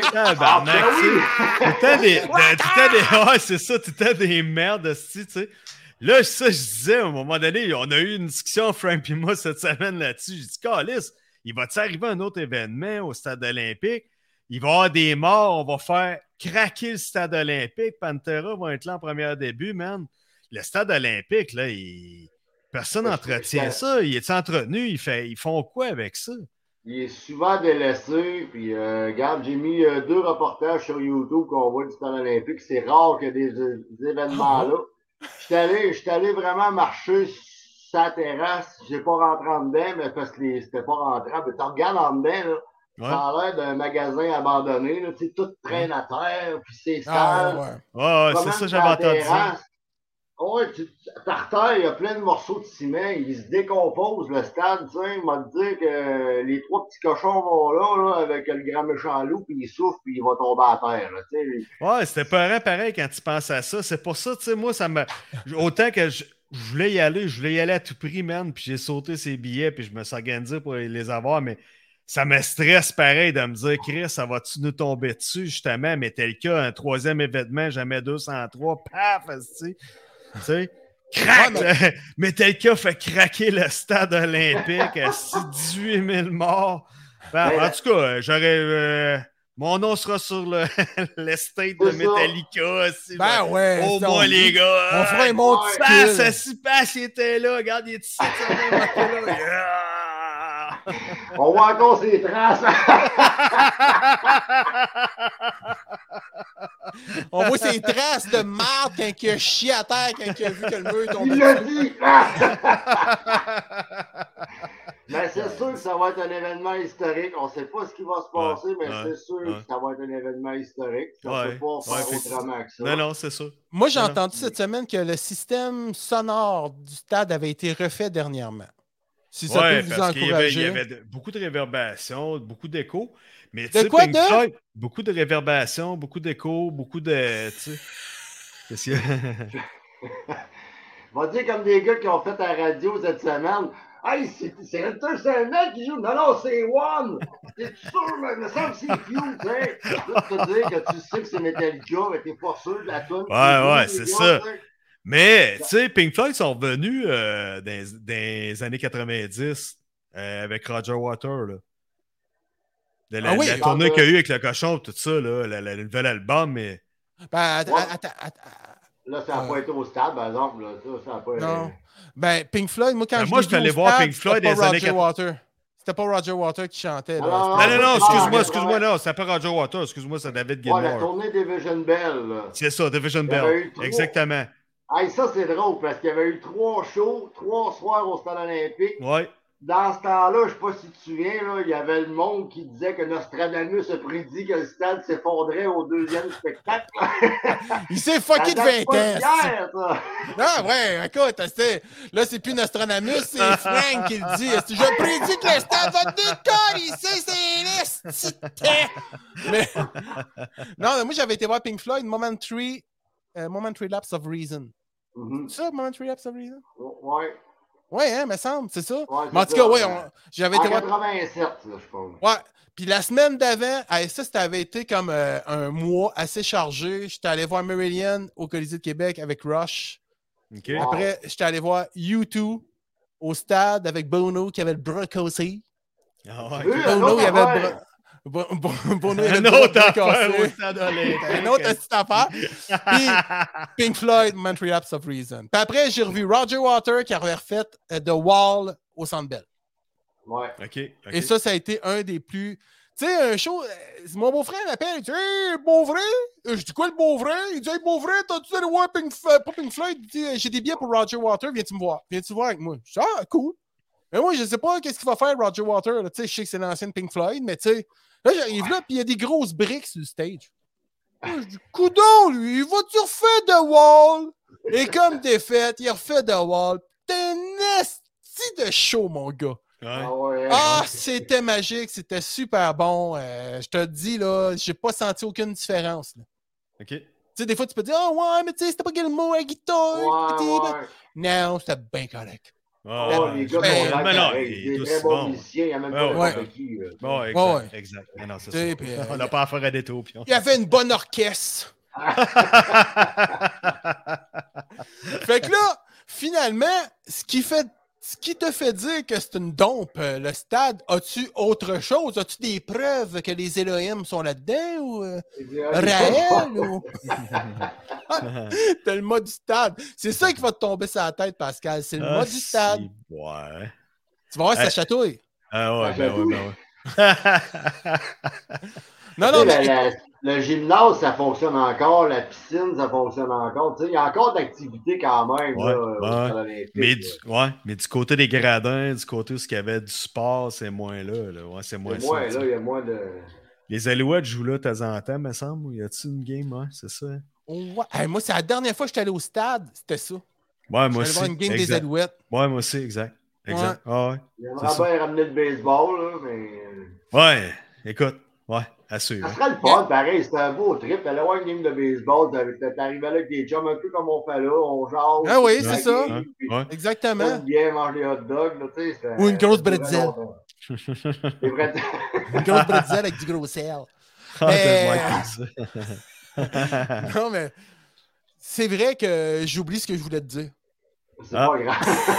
C'est ça, t'étais des merdes, tu sais. Là, ça, je disais, à un moment donné, on a eu une discussion, Frank et moi, cette semaine là-dessus. J'ai dit, Calice, il va-tu arriver un autre événement au Stade olympique? Il va y avoir des morts, on va faire craquer le Stade olympique. Pantera va être là en premier début, man. Le Stade olympique, là, personne n'entretient ça. Il est entretenu, ils font quoi avec ça? Il est souvent délaissé. Puis, regarde, j'ai mis 2 reportages sur YouTube qu'on voit du Stade olympique. C'est rare qu'il y ait des événements-là. J'étais allé vraiment marcher sur la terrasse. J'ai pas rentré en dedans, mais parce que c'était pas rentrable. Tu regardes en dedans, là. Ça a l'air d'un magasin abandonné, là, tu sais, tout traîne à terre, puis c'est sale. C'est ça, j'avais entendu. Par terre, il y a plein de morceaux de ciment, ils se décomposent, le stade, tu sais, il m'a dit que les 3 petits cochons vont là, avec le grand méchant loup, puis il souffle, puis il va tomber à terre, là, tu sais. Ouais, c'était pareil quand tu penses à ça. C'est pour ça, tu sais, moi, ça me... Autant que je voulais y aller à tout prix, man, puis j'ai sauté ces billets, puis je me suis organisé pour les avoir, mais ça me stresse pareil de me dire, Chris, ça va-tu nous tomber dessus, justement? Mais tel cas, un 3e événement, jamais 203, paf, tu sais, crac! Mais tel cas fait craquer le Stade olympique, 18 000 morts. En tout cas, j'aurais... mon nom sera sur l'estate de Metallica. Au moins, les gars. On fera un bon petit passe, il était là. Regarde, il est ici. On voit encore ses traces. On voit ses traces de marde quand il a chié à terre, quand il a vu que le mur est tombé. Il l'a dit. Mais c'est sûr que ça va être un événement historique. On ne sait pas ce qui va se passer, mais c'est sûr que ça va être un événement historique. Ça ne peut pas faire autrement que ça. Non, c'est sûr. Moi, j'ai entendu cette semaine que le système sonore du stade avait été refait dernièrement. Si ça peut vous encourager. Il y avait beaucoup de réverbération, beaucoup d'écho. Mais de quoi de? Floyd, beaucoup de réverbération, beaucoup d'écho, beaucoup de... Qu'est-ce qu'il y a? On va dire comme des gars qui ont fait à la radio cette semaine. Hey, c'est Enter Sandman qui joue. Non, c'est One. T'es sûr, mais il me semble que c'est Few, tu sais. Là, tu peux dire que tu sais que c'est Metallica, mais t'es pas sûr de la tune. Ouais, c'est ça. Mais, tu sais, Pink Floyd sont revenus dans les années 90 avec Roger Waters, là. La tournée qu'il y a eu avec le cochon, tout ça, là, le nouvel album, mais... Ben, attends. Là, ça n'a pas été au stade, par exemple. Là. Ça n'a pas... Non. Ben, Pink Floyd, moi, quand je suis allé voir Pink Floyd des années 80. C'était pas Roger Waters qui chantait. Là. Non, excuse-moi, non, c'était pas Roger Waters, excuse-moi, c'est David Gilmour. Ouais, la tournée Division Bell. Là. C'est ça, Division Bell, exactement. Hey, ça, c'est drôle, parce qu'il y avait eu 3 shows, 3 soirs au Stade olympique. Ouais. Dans ce temps-là, je ne sais pas si tu te souviens, là, il y avait le monde qui disait que Nostradamus a prédit que le stade s'effondrait au 2e spectacle. Il s'est fucké de 20 ans. Hier, ça. Non, ouais, écoute, là, c'est plus Nostradamus, c'est Frank qui le dit. Je prédis que le stade va décoller, c'est mais non, mais moi, j'avais été voir Pink Floyd, Momentary Lapse of Reason. C'est ça, Momentary Lapse of Reason? Ouais. Ouais, hein, me semble, c'est ça. Ouais, mais en tout cas, ouais, j'avais été voir. En 87, là, je pense. Ouais. Puis la semaine d'avant, ça avait été comme un mois assez chargé. J'étais allé voir Marillion au Colisée de Québec avec Rush. Okay. Après, j'étais allé voir U2 au stade avec Bono qui avait le bras cassé. Bono, il avait le bras. Bono, il avait le bras cassé. Une autre petite affaire. Puis Pink Floyd, Momentary Lapse of Reason. Puis après, j'ai revu Roger Waters qui avait refait The Wall au Centre Bell. Ouais. Okay. Et ça a été un des plus... Tu sais, un show... Mon beau-frère m'appelle, il dit « Hey, beau-vrai? » Je dis « Quoi, le beau-vrai? » Il dit « Hey, beau-vrai, t'as-tu allé voir Pink Floyd? » Il dit « J'ai des billets pour Roger Waters, viens-tu me voir? Viens-tu voir avec moi? » Je dis « Ah, cool. » Mais moi, je sais pas qu'est-ce qu'il va faire Roger Waters. Tu sais, je sais que c'est l'ancienne Pink Floyd, mais tu sais... Là, j'arrive là, puis il y a des grosses briques sur le stage. Moi, je dis, coudon, lui, il va-tu refaire The Wall? Et comme défaite, il refait The Wall. T'es un esti de show, mon gars. C'était magique, c'était super bon. Je te dis, là, j'ai pas senti aucune différence. Là. OK. Tu sais, des fois, tu peux dire, ouais, mais tu sais, c'était pas Gilmour à la guitare. Non, c'était bien correct. Les gars sont pareils. Des très bons musiciens, il n'y a même pas n'importe qui. Exact. Non, c'est ça. Puis, on n'a pas affaire à des taupions. Il y avait une bonne orchestre. Fait que là, finalement, ce qui te fait dire que c'est une dompe, le stade, as-tu autre chose? As-tu des preuves que les Elohim sont là-dedans? Ou Raël? Ou... T'as le mot du stade. C'est ça qui va te tomber sur la tête, Pascal. C'est le mot du stade. Ouais. Tu vas voir si ça chatouille. ouais. Non, mais... Le gymnase, ça fonctionne encore. La piscine, ça fonctionne encore. Il y a encore d'activités quand même. Mais du côté des gradins, du côté où il y avait du sport, c'est moins là. Ouais, c'est moins ça. Il y a moins de... Les Alouettes jouent là de temps en temps, me semble. Y a-t-il une game? Ouais, c'est ça. Ouais. Hey, moi, c'est la dernière fois que j'étais allé au stade, c'était ça. Ouais, moi aussi. voir une game des Alouettes. Ouais, moi aussi, exact. Ouais. Ah, il aimerait bien ramener le baseball, là, mais... Ouais, écoute. Ouais, assurément. Ça serait le fun, pareil, c'était un beau trip. Aller voir une game de baseball, t'arrives là avec des chums un peu comme on fait là, on jase. Ah oui, c'est ça. Exactement. On bien mange des hot dogs, là, tu sais. Ou une grosse bretzel. Une grosse bretzel avec du gros sel. Non, mais c'est vrai que j'oublie ce que je voulais te dire. C'est pas grave.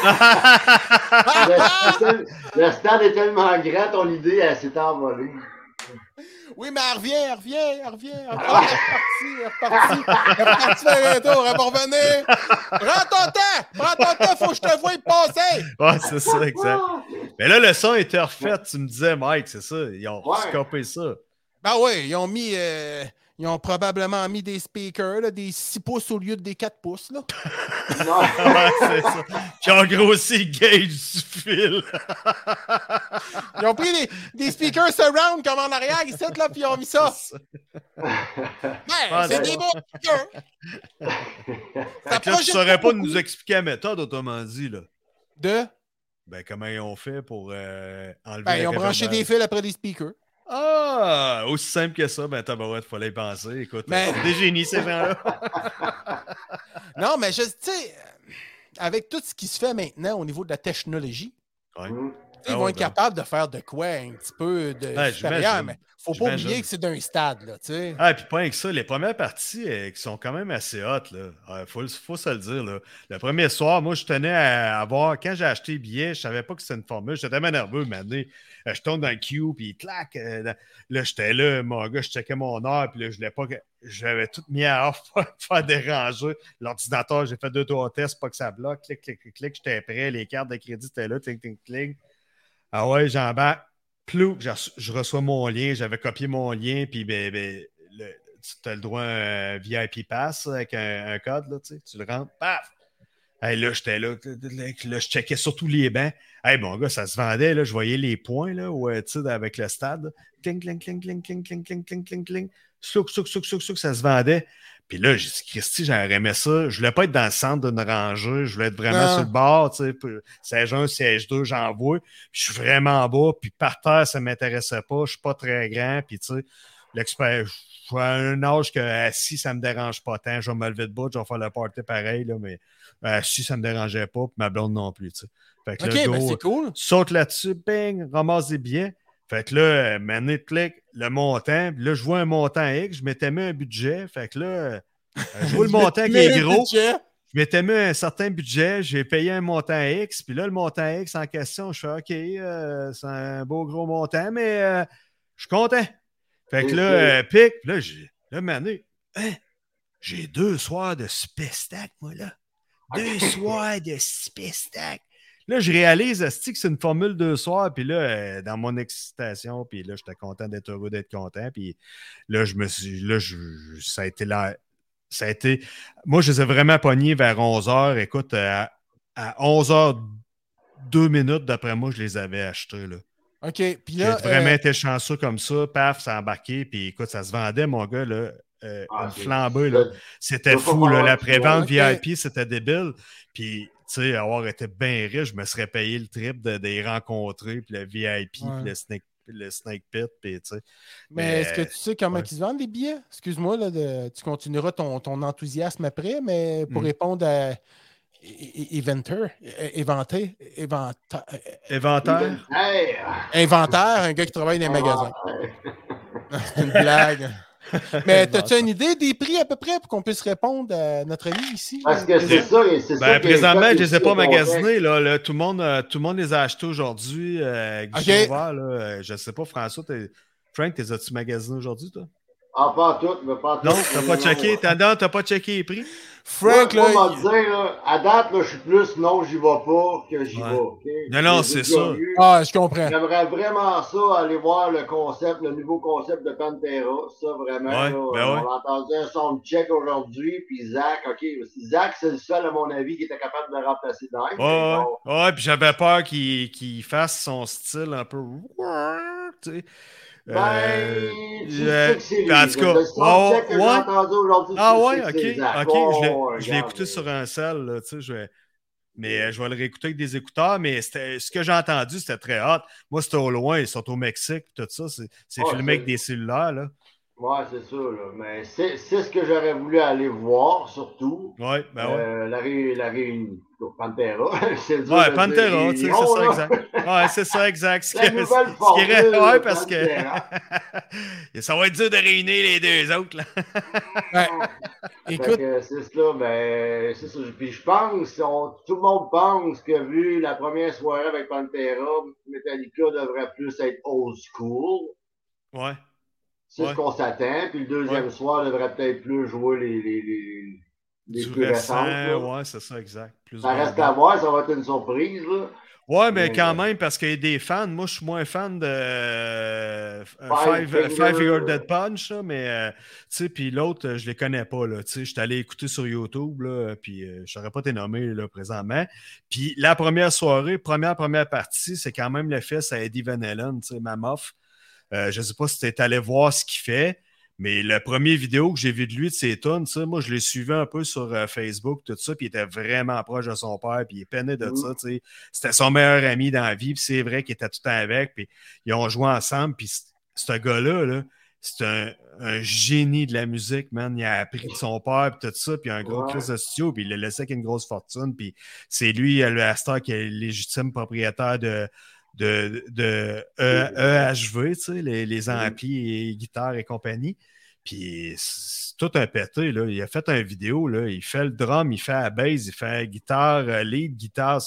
Le stade est tellement grand, ton idée, elle s'est envolée. Oui, mais elle revient. Elle est repartie faire un tour, elle va revenir. Prends ton temps, faut que je te voie passer. Ouais, c'est ça, exact. Mais là, le son était refait, tu me disais, Mike, c'est ça. Ils ont scopé ça. Ben oui, ils ont probablement mis des speakers, là, des 6 pouces au lieu des 4 pouces. Là. Ouais, c'est ça. Qui ont grossi le gauge du fil. Ils ont pris des speakers surround comme en arrière, ici, là, puis ils ont mis ça. C'est des bons speakers. Là, tu ne saurais pas nous expliquer la méthode, autrement dit. Là. Comment ils ont fait pour enlever ils ont branché des fils après des speakers. Ah, aussi simple que ça, tabarouette, il fallait y penser. Écoute, c'est des génies, ces gens-là. Non, mais tu sais, avec tout ce qui se fait maintenant au niveau de la technologie, ils vont être capables de faire de quoi un petit peu de supérieur, mais faut pas oublier que c'est d'un stade, là, tu sais. Ah, puis pas que ça, les premières parties qui sont quand même assez hot, là. Faut se le dire, là. Le premier soir, moi, je tenais à voir, quand j'ai acheté les billets, je savais pas que c'était une formule, j'étais tellement nerveux, mais je tombe dans le queue, puis clac, là, j'étais là, mon gars, je checkais mon heure, puis là, je l'ai pas, j'avais tout mis à off pour faire déranger. L'ordinateur, j'ai fait 2-3 tests, pas que ça bloque, clic, clic, clic, clic, j'étais prêt, les cartes de crédit étaient là, clic, clic, clic. Ah ouais, j'embarque. Plou, je reçois mon lien, j'avais copié mon lien, puis tu as le droit à un VIP Pass avec un code, là, tu le rentres, paf! Hey, là, j'étais là, je checkais surtout les bancs. Hey, mon gars, ça se vendait, là, je voyais les points, là, avec le stade. Cling, cling, cling, cling, cling, cling, cling, cling, cling, cling. Souk, ça se vendait. Puis là, j'ai dit, Christy, j'aurais aimé ça. Je voulais pas être dans le centre d'une rangée. Je voulais être vraiment sur le bord, tu sais. Siège 1, siège 2, j'en vois. Puis je suis vraiment bas. Puis par terre, ça m'intéressait pas. Je suis pas très grand. Puis tu sais, l'expert, je suis à un âge que assis, ça me dérange pas tant. Je vais me lever de bout, je vais faire le party pareil, là, mais assis, ça me dérangeait pas. Puis ma blonde non plus, tu sais. Fait que là, c'est cool. Saute là-dessus, bing, ramasse des billets. Fait que là, maintenant, clic, le montant. Puis là, je vois un montant X. Je m'étais mis un budget. Fait que là, je vois le montant qui est gros. Je m'étais mis un certain budget. J'ai payé un montant X. Puis là, le montant X en question, je fais OK, c'est un beau gros montant, mais je suis content. Fait que là, pic. Puis là, maintenant, j'ai 2 soirs de spestac, moi, là. 2 soirs de spestac. Là, je réalise que c'est une formule 2 soirs, puis là, dans mon excitation, puis là, j'étais content d'être heureux d'être content, puis là, ça a été, moi, je les ai vraiment pognés vers 11h. Écoute, à 11h02, d'après moi, je les avais achetés, là. OK, puis là... J'ai vraiment été chanceux comme ça, paf, ça a embarqué, puis écoute, ça se vendait, mon gars, là. une flambée. Là. C'était fou. Là. La prévente VIP, c'était débile. Puis, tu sais, avoir été bien riche, je me serais payé le trip de les rencontrer, puis le VIP, puis le Snake Pit. Puis, mais est-ce que tu sais comment ils se vendent les billets? Excuse-moi, là, tu continueras ton enthousiasme après, mais pour répondre à Inventaire, un gars qui travaille dans les magasins. C'est une blague. Mais as-tu une idée des prix à peu près pour qu'on puisse répondre à notre avis ici? Parce que c'est ça. Présentement, je ne les ai pas magasinés. Là, tout le monde les a achetés aujourd'hui. Je ne sais pas, François, Frank, les as-tu magasinés aujourd'hui, toi? Ah, pas en tout, mais pas en tout. Non, tu n'as pas checké. T'as pas checké les prix? Frank, moi, à date, là, je suis plus non, j'y vais pas que j'y vais. Okay? Non, c'est ça. Je comprends. J'aimerais vraiment ça, aller voir le nouveau concept de Pantera. Ça, vraiment. On a entendu un soundcheck aujourd'hui, puis Zach, Zach, c'est le seul, à mon avis, qui était capable de remplacer Dime. Puis j'avais peur qu'il fasse son style un peu. Tu sais. Tu sais que c'est lui. En tout cas, le soundcheck que j'ai entendu aujourd'hui, je l'ai écouté sur un sel, là, tu sais, mais je vais le réécouter avec des écouteurs, mais ce que j'ai entendu, c'était très hot. Moi, c'était au loin, ils sont au Mexique, tout ça, c'est filmé avec des cellulaires, là. Ouais, c'est ça, là. Mais c'est ce que j'aurais voulu aller voir, surtout. Ouais, la réunion. Pantera. Pantera, tu sais, c'est ça, exact. Ouais, c'est ça, exact. La nouvelle formule, ouais, parce que ça va être dur de réunir les deux autres, là. Écoute. C'est ça, c'est ça. Puis je pense, tout le monde pense que vu la première soirée avec Pantera, Metallica devrait plus être old school. Ouais. C'est ce qu'on s'attend. Puis le deuxième soir devrait peut-être plus jouer les plus récentes. Ouais, c'est ça, exact. Ça reste à voir, ça va être une surprise, là. Ouais, mais quand même, parce qu'il y a des fans. Moi, je suis moins fan de Five Finger Dead Punch, là, mais tu sais, puis l'autre, je les connais pas, là. Tu sais, je suis allé écouter sur YouTube, là, puis je saurais pas t'es nommé, là, présentement. Puis la première soirée, première partie, c'est quand même le fils à Eddie Van Halen, tu sais, Mammoth. Je ne sais pas si tu es allé voir ce qu'il fait, mais la première vidéo que j'ai vue de lui, de ses tunes, moi, je l'ai suivi un peu sur Facebook, tout ça, puis il était vraiment proche de son père, puis il peinait de ça, tu sais. C'était son meilleur ami dans la vie, puis c'est vrai qu'il était tout le temps avec, puis ils ont joué ensemble, puis ce gars-là, là, c'est un génie de la musique, man. Il a appris de son père, puis tout ça, puis un gros crise de studio, puis il l'a laissé avec une grosse fortune, puis c'est lui, le star, qui est le légitime propriétaire de EHV, tu sais, les amplis et guitares et compagnie. Puis c'est tout un pété, là. Il a fait une vidéo, là. Il fait le drum, il fait la bass, il fait guitare, lead, guitare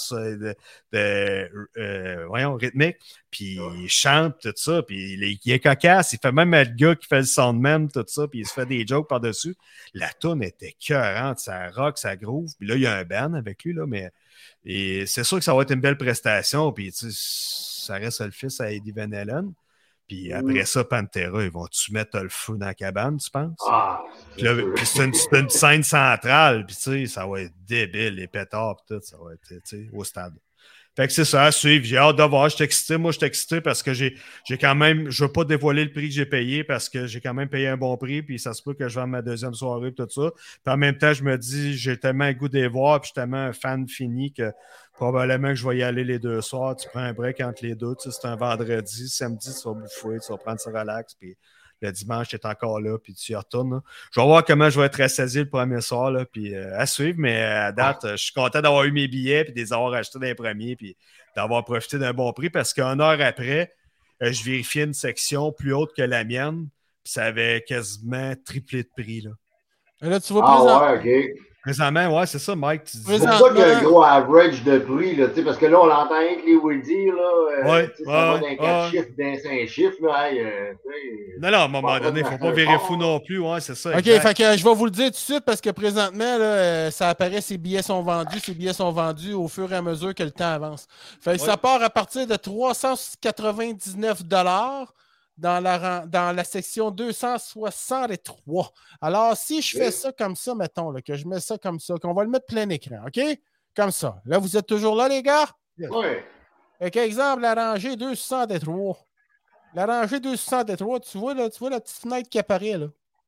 rythmique. Puis il chante, tout ça. Puis il est cocasse. Il fait même le gars qui fait le son de même, tout ça. Puis il se fait des jokes par-dessus. La toune était écœurante. Ça rock, ça groove. Puis là, il y a un band avec lui, là, mais... Et c'est sûr que ça va être une belle prestation, puis ça reste le fils à Eddie Van Halen. Puis après ça, Pantera, ils vont-tu mettre le feu dans la cabane, tu penses? Puis c'est une scène centrale, puis tu sais, ça va être débile, les pétards, puis tout, ça va être, tu sais, au stade. Fait que c'est ça à suivre. J'ai hâte de voir. Je suis excité. Moi, je suis excité parce que j'ai quand même... Je ne veux pas dévoiler le prix que j'ai payé parce que j'ai quand même payé un bon prix, puis ça se peut que je vende ma deuxième soirée, puis tout ça. Puis en même temps, je me dis, j'ai tellement un goût de les voir, puis je suis tellement un fan fini que probablement que je vais y aller les deux soirs. Tu prends un break entre les deux. Tu sais, c'est un vendredi. Samedi, tu vas bouffer, tu vas prendre ça relax, puis le dimanche, tu es encore là, puis tu y retournes. Là. Je vais voir comment je vais être rassasié le premier soir, là, puis à suivre, mais à date, je suis content d'avoir eu mes billets, puis de les avoir achetés dans les premiers, puis d'avoir profité d'un bon prix, parce qu'une heure après, je vérifiais une section plus haute que la mienne, puis ça avait quasiment triplé de prix. Là. Et là, tu vois Présentement, ouais, c'est ça, Mike. C'est pour ça qu'il y a un gros average de prix, là, parce que là, on l'entend avec les Woody, là. Ça va d'un 4 chiffres, d'un 5 chiffres, là. Non, à un moment donné, il ne faut pas virer fou non plus, ouais, c'est ça. OK, fait que je vais vous le dire tout de suite, parce que présentement, là, ça apparaît, ces billets sont vendus au fur et à mesure que le temps avance. Fait que ça part à partir de 399 $ dans la section 263. Alors, si je fais ça comme ça, mettons, là, que je mets ça comme ça, qu'on va le mettre plein écran, OK? Comme ça. Là, vous êtes toujours là, les gars? Oui. Fait qu'exemple, la rangée 263. La rangée 263, tu vois la petite fenêtre qui apparaît, là?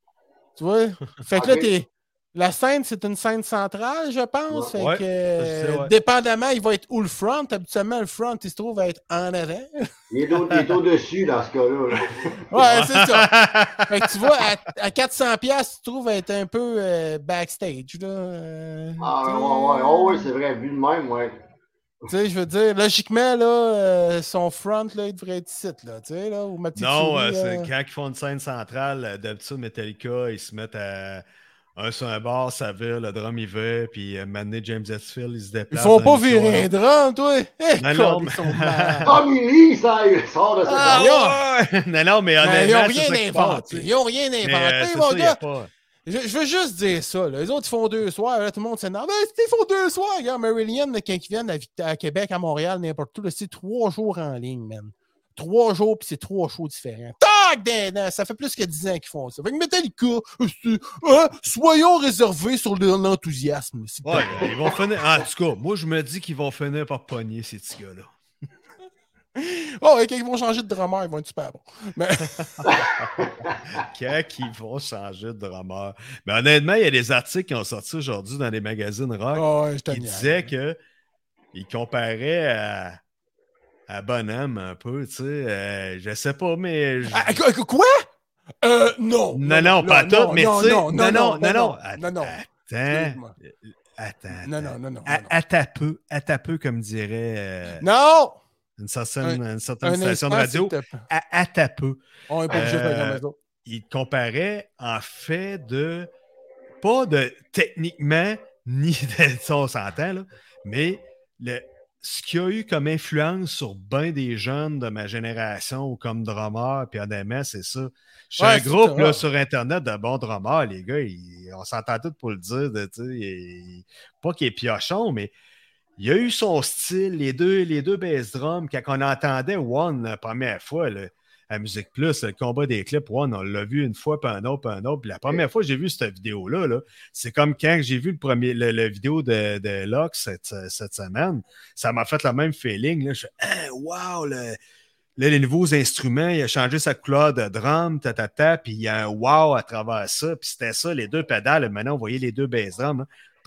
Tu vois? Fait que là, Ok. la scène, c'est une scène centrale, je pense. Ouais. Fait que, Ouais, je sais, ouais. dépendamment, il va être où le front. Habituellement, le front, il se trouve à être en avant. Il est au-dessus dans ce cas-là. Là. Ouais, c'est ça. Fait que tu vois, à 400$, tu trouves à être un peu backstage. Là, Ouais, c'est vrai, vu de même, ouais. Tu sais, je veux dire, logiquement, là, son front, là, il devrait être ici, là, tu sais, là, ou ma petite Non, souris. c'est quand ils font une scène centrale, d'habitude, Metallica, ils se mettent à un sur un bar, ça vire, le drum, il va, puis maintenant, James Hetfield, il se Ils déplace. font dans pas le micro, virer un drum, toi! Non, Ils sont malades! Tommy Lee, ça, il sort de cette Ah ouais! Non, mais Mais honnêtement, ils ont c'est ça rien qu'ils font, inventé. tu sais. Ils ont rien Mais, inventé, c'est mon ça, y a gars! pas... Je veux juste dire ça, là. Les autres, ils font 2 soirs, là, tout le monde s'énerve. Mais ils font 2 soirs, regarde, Marilyn, là, quand ils viennent à Québec, à Montréal, n'importe où, là, c'est 3 jours en ligne, man. 3 jours, puis c'est 3 shows différents. Tac! Ça fait plus que 10 ans qu'ils font ça. Fait que Metallica, soyons réservés sur l'enthousiasme. Ouais, ils vont finir... En tout cas, moi, je me dis qu'ils vont finir par pogner ces petits gars-là. Oh, et quand ils vont changer de drummer, ils vont être super bons. Mais... Quand ils vont changer de drummer. Mais honnêtement, il y a des articles qui ont sorti aujourd'hui dans les magazines rock Oh, ouais, qui disaient qu'ils comparaient à Bonham un peu, tu sais. Je sais pas, mais... Quoi? Non. Non, pas tout, mais tu sais... Non. Non. Attends. À peu, comme dirait... Non! Une certaine Un station de instant, radio. s'il te plaît. À peu. On n'est pas obligé de faire comme les autres. Il comparait en fait pas de techniquement, ni de, on s'entend, là, mais ce qu'il y a eu comme influence sur bien des jeunes de ma génération ou comme drummer, puis honnêtement, c'est ça. J'ai un groupe là, sur Internet de bons drummers, les gars, on s'entend tous pour le dire, pas qu'il est piochon, mais il y a eu son style, les deux bass drums, quand on entendait One la première fois, là, à Musique Plus, le combat des clips, One, on l'a vu une fois, puis un autre. Puis la première fois que j'ai vu cette vidéo-là, là, c'est comme quand j'ai vu le vidéo de Lux cette semaine. Ça m'a fait le même feeling. Là. Je fais, hey, wow, les nouveaux instruments, il a changé sa couleur de drum, puis il y a un wow à travers ça. Puis c'était ça, les deux pédales. Maintenant, on voyait les deux bass drums.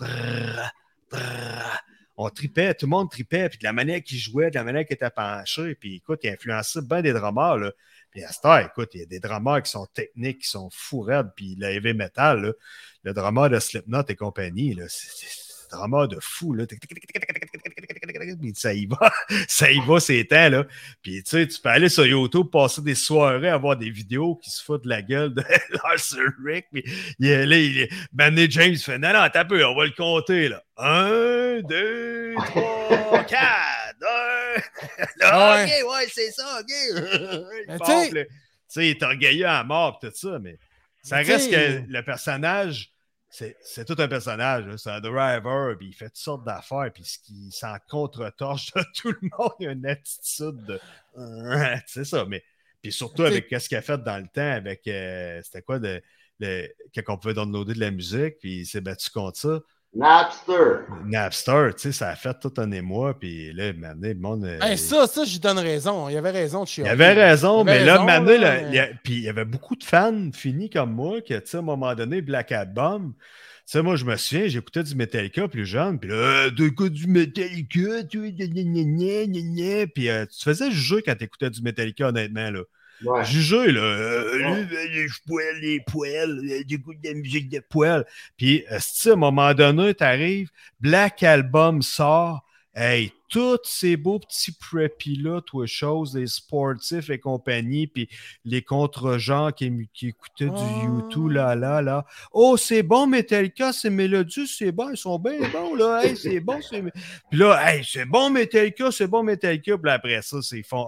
On tripait, tout le monde tripait, puis de la manière qu'il jouait, de la manière qu'il était penché, puis écoute, il influençait bien des drummers, là. Puis à cette heure, écoute, il y a des drummers qui sont techniques, qui sont fous raides, puis le heavy metal, là, le drummer de Slipknot et compagnie, là, c'est un drummer de fou, là. Puis ça y va ces temps, là. Puis tu sais, tu peux aller sur YouTube, passer des soirées, avoir des vidéos qui se foutent de la gueule de Lars Ulrich, puis Manny James fait, non, t'as peu, on va le compter, là. 1, 2, 3, 4, 1. OK, ouais, c'est ça, OK. Tu sais, il est orgueilleux à mort, tout ça, mais ça reste que le personnage... C'est tout un personnage, c'est un driver, puis il fait toutes sortes d'affaires, puis il s'en contre-torche de tout le monde, il a une attitude de... c'est ça, mais... Puis surtout avec ce qu'il a fait dans le temps, avec... c'était quoi, quand on pouvait downloader de la musique, puis il s'est battu contre ça. Napster, tu sais, ça a fait tout un émoi, puis là, maintenant, le monde... ça, j'y donne raison. Il avait raison de chier. Il avait raison, mais là, maintenant, puis il y avait beaucoup de fans finis comme moi, que, tu sais, à un moment donné, Black Album, tu sais, moi, je me souviens, j'écoutais du Metallica plus jeune, puis là, t'écoutes du Metallica, puis tu te faisais juger quand t'écoutais du Metallica, honnêtement, là. Ouais. Juger, là. Je poêle les poêles, j'écoute de la musique de poêle. Puis, si à un moment donné, t'arrives, Black Album sort, hey, tous ces beaux petits preppy-là, toi, choses, les sportifs et compagnie, puis les contre-genres qui écoutaient du YouTube, là. Oh, c'est bon, Metallica, c'est mélodieux, c'est bon, ils sont bien bons, là. Hey, c'est bon, Puis là, hey, c'est bon, Metallica. Puis après ça, c'est font,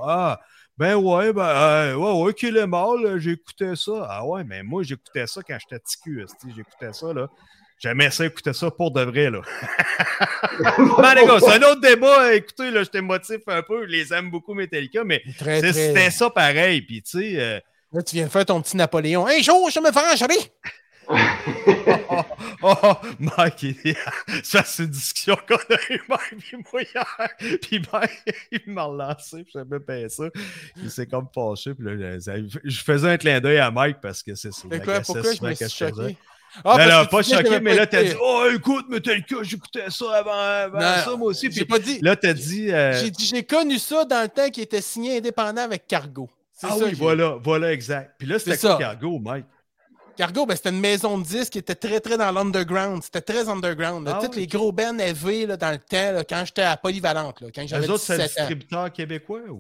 ouais, qu'il est mort, là, j'écoutais ça. Ah ouais, mais moi, j'écoutais ça quand j'étais petit cul, j'écoutais ça, là. J'aimais ça écouter ça pour de vrai, là. Mais les gars, c'est un autre débat. Écoutez, là, je t'émotive un peu. Je les aime beaucoup, Metallica, mais c'était ça pareil. Puis, tu sais... Là, tu viens de faire ton petit Napoléon. Hey, jour, je me vengerai! Mike, ça c'est une discussion qu'on a eu, Mike et moi hier. Puis Mike, il m'a relancé, puis j'avais pas ça. Il s'est comme fâché, puis là, je faisais un clin d'œil à Mike parce que c'est ça. Pourquoi je me suis choqué? Non, pas choqué, mais là, t'as dit, oh, écoute, Metallica, j'écoutais ça avant ça, moi aussi. J'ai pas dit. Là, t'as dit. J'ai connu ça dans le temps qui était signé indépendant avec Cargo. Oui, voilà, exact. Puis là, c'était quoi Cargo, Mike? Cargo, c'était une maison de disques qui était très, très dans l'underground. C'était très underground. Tous les gros bands heavy là, dans le temps, là, quand j'étais à Polyvalente, là, quand j'avais 17 ans. Les autres, c'est le distributeur québécois? Ou?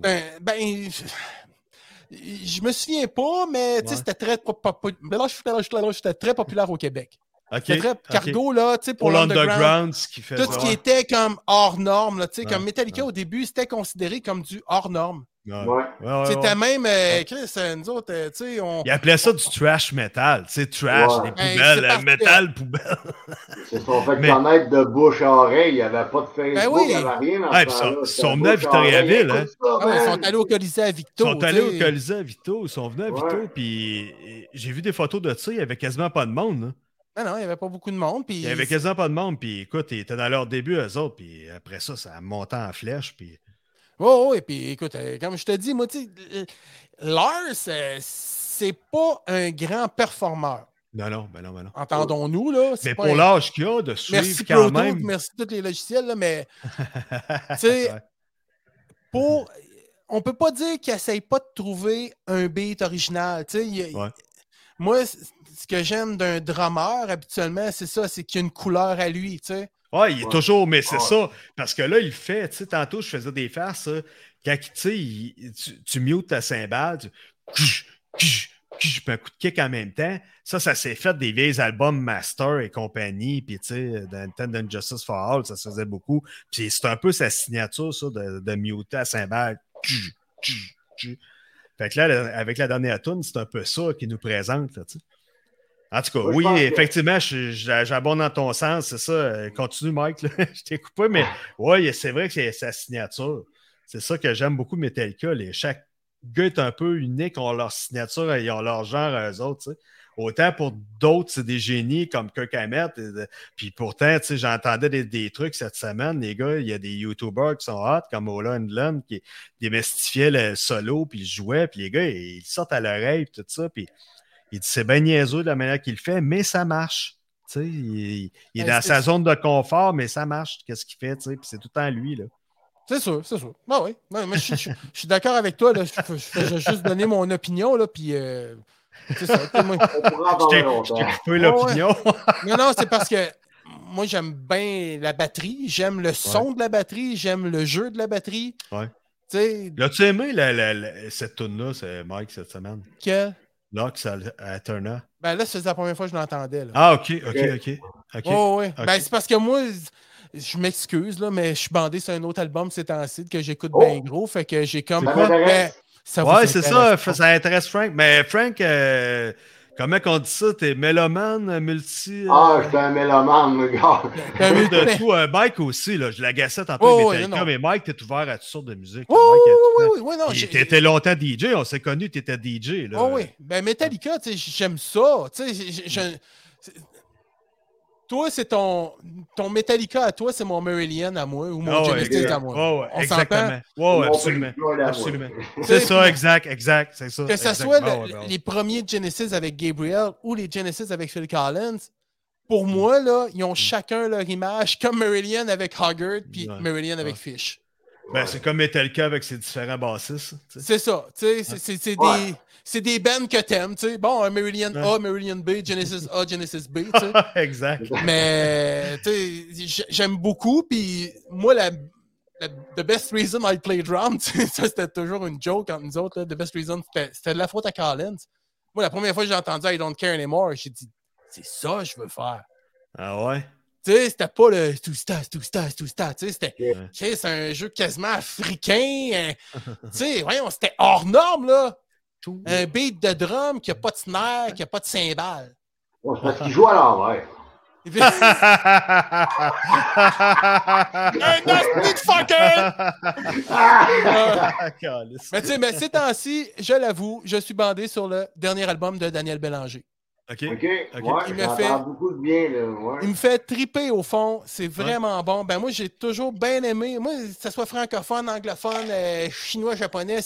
Je me souviens pas, mais c'était très populaire au Québec. Okay, Cargo, là, pour l'underground, ce qui fait tout ce qui était comme hors norme, là, comme Metallica au début, c'était considéré comme du hors norme. C'était même, Chris, nous autres, tu sais, Ils appelaient ça du trash metal, tu sais, trash, des poubelles, métal, poubelle. Ils se sont fait connaître de bouche à oreille, il n'y avait pas de Facebook, il n'y avait rien dans Ils sont venus à Victoriaville, hein. Ils sont allés au Colisée à Victo. Ils sont venus à Victo, puis j'ai vu des photos de ça, il n'y avait quasiment pas de monde, là. Non, il n'y avait pas beaucoup de monde. Il n'y avait quasiment pas de monde, puis écoute, ils étaient dans leur début, eux autres, puis après ça, ça montait en flèche, puis... et puis écoute, comme je te dis, moi, tu sais, Lars, c'est pas un grand performeur. Non. Entendons-nous, là. Mais pour l'âge qu'il a, de suivre merci quand même... Merci tous les logiciels, là, mais... tu sais, on peut pas dire qu'il essaye pas de trouver un beat original, tu sais. Moi, ce que j'aime d'un drummer, habituellement, c'est ça, c'est qu'il y a une couleur à lui, tu sais. Oui, il est toujours, mais c'est ça. Parce que là, il fait, tu sais, tantôt, je faisais des farces, quand, tu sais, tu mutes ta cymbale, puis un coup de kick en même temps. Ça s'est fait des vieilles albums Master et compagnie, puis tu sais, dans le temps d'Injustice for All, ça se faisait beaucoup. Puis c'est un peu sa signature, ça, de muter la cymbale. Fait que là, avec la dernière tune, c'est un peu ça qu'il nous présente, là, tu sais. En tout cas, oui, effectivement, j'abonde dans ton sens, c'est ça. Continue, Mike, là. Je t'ai coupé, mais oui, c'est vrai que c'est sa signature. C'est ça que j'aime beaucoup Metallica. Chaque gars est un peu unique, ont leur signature, ils ont leur genre à eux autres, tu sais. Autant pour d'autres, c'est des génies comme Kirk Hammett. Puis pourtant, tu sais, j'entendais des trucs cette semaine. Les gars, il y a des YouTubers qui sont hot, comme Ola Endland, qui démystifiaient le solo, puis ils jouaient. Puis les gars, ils sortent à l'oreille, puis tout ça. Puis il dit, c'est bien niaiseux de la manière qu'il le fait, mais ça marche. Tu sais, il est dans sa zone de confort, mais ça marche. Qu'est-ce qu'il fait, tu sais, puis c'est tout le temps lui, là. C'est sûr. Ah oui. Mais je suis d'accord avec toi, là. Je vais juste donner mon opinion, là, puis... c'est ça. Moi, je t'ai coupé l'opinion. Non, c'est parce que moi, j'aime bien la batterie. J'aime le son de la batterie. J'aime le jeu de la batterie. Ouais. L'as-tu aimé cette tune-là, Mike, cette semaine? Quelle? Lux à Turner. Ben là, c'est la première fois que je l'entendais. Ah, OK. Oh, oui. Ben, c'est parce que moi, je m'excuse, là, mais je suis bandé sur un autre album ces temps-ci que j'écoute bien gros. Fait que j'ai comme... Ouais, c'est ça, ça intéresse Frank. Mais Frank, comment on dit ça? T'es mélomane, multi... je suis un mélomane, le gars. de tout, Mike aussi, là, je l'agaçais tantôt Metallica, mais Mike, t'es ouvert à toutes sortes de musique. Oui, non. T'étais longtemps DJ, on s'est connus, t'étais DJ. Là. Oui. Ben Metallica, j'aime ça. Toi, c'est ton Metallica à toi, c'est mon Marillion à moi ou mon Genesis à moi. On exactement. Oui, absolument. C'est ça, exact. C'est ça. Que ce soit les premiers Genesis avec Gabriel ou les Genesis avec Phil Collins, pour moi, là, ils ont chacun leur image, comme Marillion avec Hoggard puis Marillion avec Fish. Ben, c'est comme Metallica avec ses différents bassistes. C'est ça. C'est des bands que t'aimes. Bon, un Marillion A, Marillion B, Genesis A, Genesis B. Exact. Mais j'aime beaucoup. Puis moi, the best reason I play drums, ça c'était toujours une joke entre nous autres. Là. The best reason, c'était de la faute à Collins. Moi, la première fois que j'ai entendu I Don't Care Anymore, j'ai dit, c'est ça que je veux faire. Ah ouais? Tu sais, c'était pas le tout star. Tu sais, c'est un jeu quasiment africain. Tu sais, voyons, c'était hors norme, là. Un beat de drum qui a pas de snare, qui a pas de cymbale. C'est parce qu'il joue à l'envers. Un nasty fucker! Mais tu sais, ces temps-ci, je l'avoue, je suis bandé sur le dernier album de Daniel Bélanger. OK. Ouais, Il me j'entends fait- beaucoup de bien, là. Ouais. Il me fait triper au fond. C'est vraiment bon. Ben moi, j'ai toujours bien aimé. Moi, que ce soit francophone, anglophone, chinois, japonais,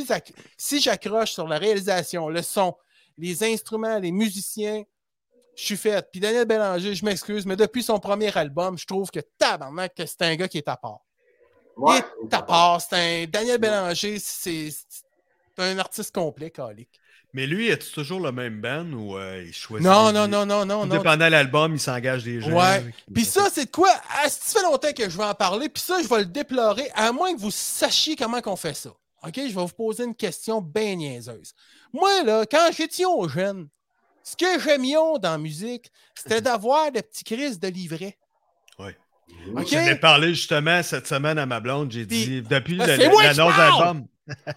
si j'accroche sur la réalisation, le son, les instruments, les musiciens, je suis fait. Puis Daniel Bélanger, je m'excuse, mais depuis son premier album, je trouve que tabarnak, que c'est un gars qui est à part. Il est à part. Daniel Bélanger, c'est un artiste complet, calique. Mais lui, est-tu toujours le même band ou il choisit... Non. Dépendant de l'album, il s'engage des gens. Ouais. Puis ça, c'est de quoi? Ça fait longtemps que je vais en parler, puis ça, je vais le déplorer, à moins que vous sachiez comment on fait ça. OK? Je vais vous poser une question bien niaiseuse. Moi, là, quand j'étais jeune, ce que j'aimais dans la musique, c'était d'avoir des petits crises de livrets. Oui. OK? J'en ai parlé justement cette semaine à ma blonde. J'ai dit, depuis c'est moi qui l'annonce parle! d'album,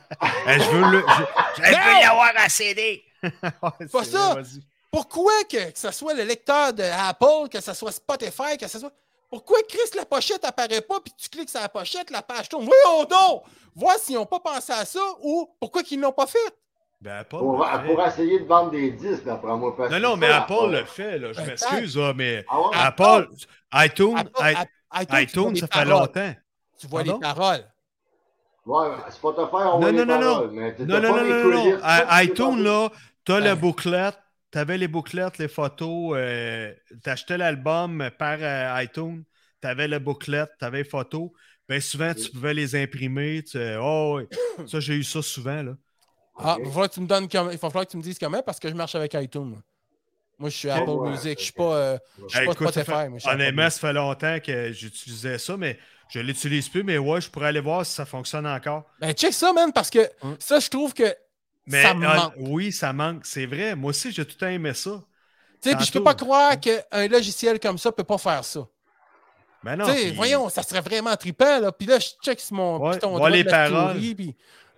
je veux l'avoir à CD. Pas ça. Pourquoi que ce soit le lecteur de Apple, que ce soit Spotify, que ce soit... Pourquoi, Chris, la pochette apparaît pas, puis tu cliques sur la pochette, la page tourne? Voyons donc! Voir s'ils n'ont pas pensé à ça, ou pourquoi qu'ils ne l'ont pas fait? Ben, Apple Pour essayer de vendre des disques, d'après moi. Non, mais Apple le fait, là. Je m'excuse, là, mais Apple, iTunes, ça fait longtemps. Tu vois les paroles. Ouais, Spotify, on voit les paroles. Non. iTunes, là, t'as la bouclette. T'avais les bouclettes, les photos. T'achetais l'album par iTunes. T'avais la bouclette, t'avais les photos. Ben souvent, tu pouvais les imprimer. Ça, j'ai eu ça souvent, là. Il va falloir que tu me dises comment, parce que je marche avec iTunes. Moi, je suis Apple Music. Je suis pas Spotify. Honnêtement, ça fait longtemps que j'utilisais ça, mais je ne l'utilise plus. Mais ouais, je pourrais aller voir si ça fonctionne encore. Ben, check ça, man, parce que ça, je trouve que ça me manque. Oui, ça manque. C'est vrai. Moi aussi, j'ai tout le temps aimé ça. Tu sais, puis je peux pas croire qu'un logiciel comme ça peut pas faire ça. Ben non. Voyons, ça serait vraiment trippant, là. Puis là, je check sur mon piton droit les de la paroles. souris, puis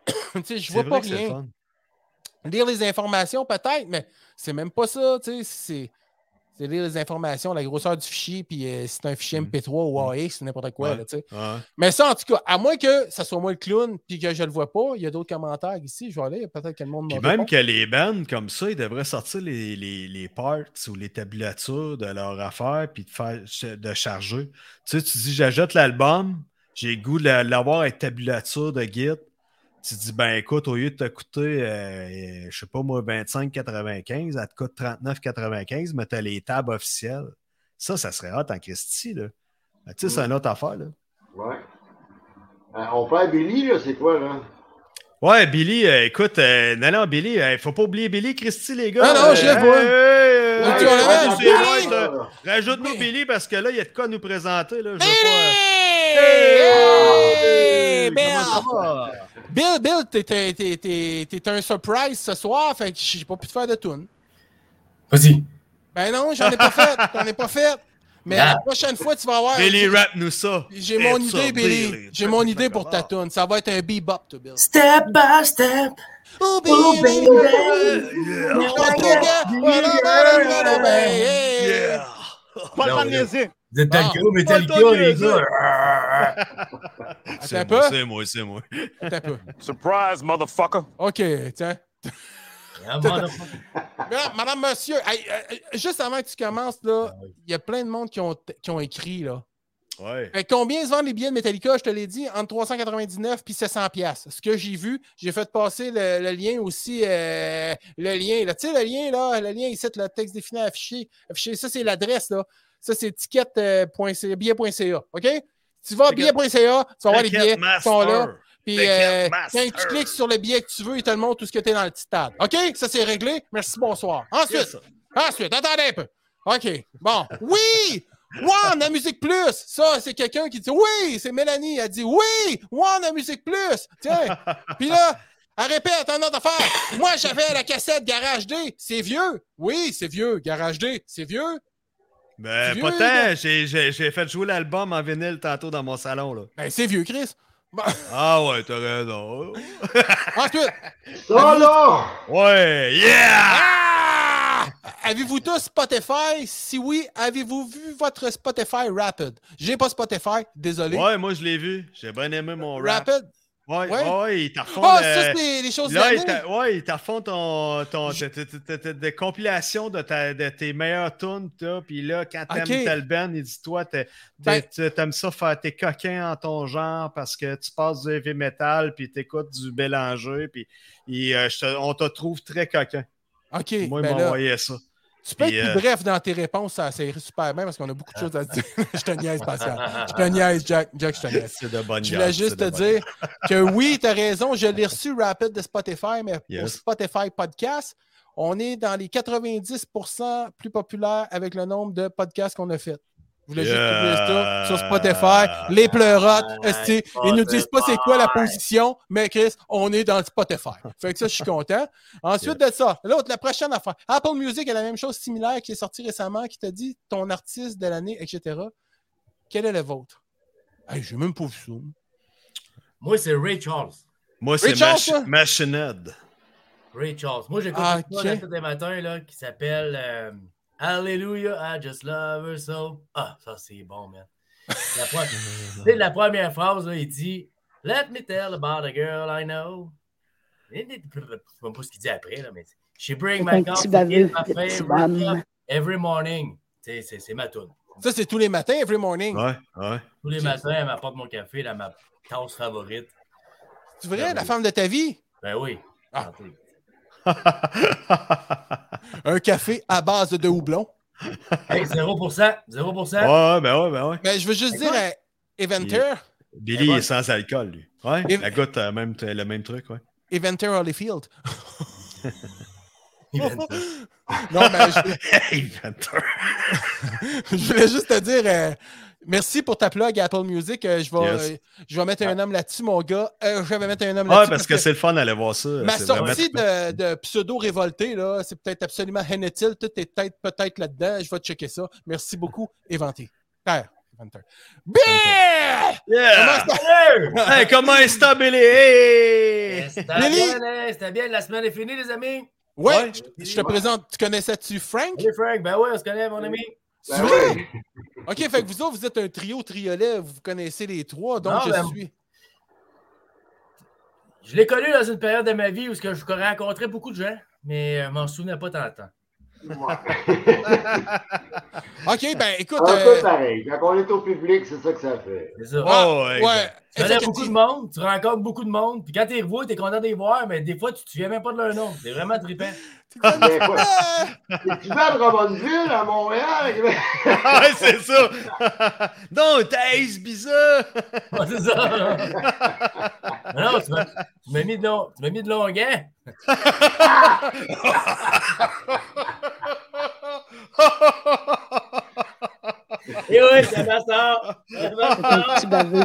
je vois pas rien. Lire les informations, peut-être, mais c'est même pas ça, tu sais. C'est lire les informations, la grosseur du fichier, puis si c'est un fichier MP3 ou AX, c'est n'importe quoi, là, tu sais. Mais ça, en tout cas, à moins que ça soit moi le clown, puis que je le vois pas, il y a d'autres commentaires ici, je vais aller, peut-être que le monde Puis même que les bands comme ça, ils devraient sortir les parts ou les tabulatures de leur affaire, puis de charger. Tu sais, tu dis, j'achète l'album, j'ai le goût de l'avoir avec tabulature de Git. Tu dis, ben écoute, au lieu de te coûter, je sais pas moi, 25,95, elle te coûte 39,95, mais tu as les tabs officielles. Ça serait hot en Christie, là. Tu sais, c'est une autre affaire, là. Ouais. On perd Billy, là, c'est quoi, là? Ouais, Billy, écoute, non, Billy, faut pas oublier Billy, Christy, les gars. Non, je le vois. Rajoute-nous Billy, parce que là, il y a de quoi nous présenter, là. Bill, t'es un surprise ce soir, fait que j'ai pas pu te faire de tune. Vas-y. Ben non, j'en ai pas fait. Mais la prochaine fois, tu vas avoir... Billy, rap-nous ça. J'ai mon idée, Billy. J'ai mon idée pour ta tune. Ça va être un bebop, toi, Bill. Step by step. Oh, baby. Pas le temps de niaiser. Vous êtes dans le gros Metallica, les gars. C'est moi. Attends un peu. Surprise, motherfucker. OK, tiens. Madame, monsieur, juste avant que tu commences, là, il y a plein de monde qui ont écrit, là. Ouais. Fait combien se vendent les billets de Metallica? Je te l'ai dit, entre 399 et 700$. Ce que j'ai vu, j'ai fait passer le lien aussi, le lien, là. Tu sais, le lien ici, le texte défini affiché. Ça, c'est l'adresse, là. Ça, c'est billet.ca, OK? Tu vas à billet.ca, tu vas voir les billets qui sont là. Puis quand tu cliques sur le billet que tu veux, il te le montre tout ce que tu es dans le petit stade. OK? Ça, c'est réglé. Merci, bonsoir. Ensuite, attendez un peu. OK. Bon. Oui! One à Musique Plus! Ça, c'est quelqu'un qui dit oui! C'est Mélanie. Elle dit oui! One à Musique Plus! Tiens! Puis là, elle répète une autre affaire. Moi, j'avais la cassette Garage D. C'est vieux. Oui, c'est vieux. Garage D, c'est vieux. Ben, pas tant. J'ai fait jouer l'album en vinyle tantôt dans mon salon, là. Ben, c'est vieux, Chris. Bon. Ah ouais, t'as raison. Ensuite. Ça, là! Ouais, yeah! Avez-vous tous Spotify? Si oui, avez-vous vu votre Spotify Rapid? J'ai pas Spotify, désolé. Ouais, moi, je l'ai vu. J'ai bien aimé mon rap. Rapid? Ouais, ils t'en refont. Ah, ça, c'est les choses de Là, l'année. ils t'en refont des compilations de tes meilleures tunes, puis là, quand t'aimes tel band, il dit toi, t'aimes ça faire tes coquins en ton genre parce que tu passes du heavy metal, puis t'écoutes du Bélanger, puis on te trouve très coquin. OK. Moi, il m'a envoyé ça. Tu peux être plus bref dans tes réponses, ça irait super bien parce qu'on a beaucoup de choses à dire. Je te niaise, Pascal. Je te niaise, Jack. Jack, je te niaise. C'est de bonne Je voulais juste te dire que oui, tu as raison. Je l'ai reçu Rapid de Spotify, mais pour Spotify Podcast, on est dans les 90% plus populaires avec le nombre de podcasts qu'on a fait. Je voulais juste publier ça sur Spotify. Les pleurotes, ils nous disent pas c'est quoi la position, mais Chris, on est dans le Spotify. Fait que ça, je suis content. Ensuite de ça, l'autre, la prochaine affaire. Apple Music a la même chose similaire qui est sortie récemment, qui t'a dit ton artiste de l'année, etc. Quel est le vôtre? Hey, j'ai même pas vu ça. Moi, c'est Ray Charles. Moi, c'est Machine Head. Ray Charles. Moi, j'écoute une fois des matins là, qui s'appelle Hallelujah, I just love her so. Ah, ça, c'est bon, man. La première phrase, là, il dit Let me tell about a girl I know. Je ne sais même pas ce qu'il dit après, là, mais she bring my coffee in my favorite every morning. C'est ma toune. Ça, c'est tous les matins, every morning. Ouais. Tous les matins, elle m'apporte mon café dans ma tasse favorite. C'est vrai, la femme de ta vie? Ben oui. Ah. Un café à base de houblon. Hey, 0%. 0%. Ouais. Mais je veux juste dire à Eventer. Billy est sans alcool, lui. Ouais, la goutte a le même truc, ouais. Eventer Holyfield. Eventer. Non, mais Eventer. Je voulais juste te dire merci pour ta plug Apple Music. Je vais mettre un homme là-dessus, mon gars. Je vais mettre un homme là-dessus. Parce que c'est le fun d'aller voir ça. Ma sortie de pseudo-révolté, là, c'est peut-être absolument inutile. Tout est peut-être là-dedans. Je vais checker ça. Merci beaucoup, Eventé. Père. Yeah! Hey, comment est-ce Billy? Hey! C'était bien. La semaine est finie, les amis. Ouais. Je te présente. Tu connaissais-tu Frank? Salut, Frank. Ben ouais, on se connaît, mon ami. C'est vrai? OK, fait que vous autres, vous êtes un triolet. Vous connaissez les trois, donc suis... Je l'ai connu dans une période de ma vie où je rencontrais beaucoup de gens, mais je m'en souvenais pas tant de temps. OK, ben écoute... Un peu pareil. Quand on est au public, c'est ça que ça fait. C'est ça. Ouais. Tu connais beaucoup de monde, tu rencontres beaucoup de monde, puis quand tu les revois, tu es content de les voir, mais des fois, tu te souviens même pas de leur nom. C'est vraiment trippant. Tu vas à Drummondville, à Montréal? Ouais, c'est ça. Non, Thaïs, bizarre. Ouais, c'est ça. Non, tu m'as mis de Longueuil. Et oui, c'est ma soeur. Petit baveux.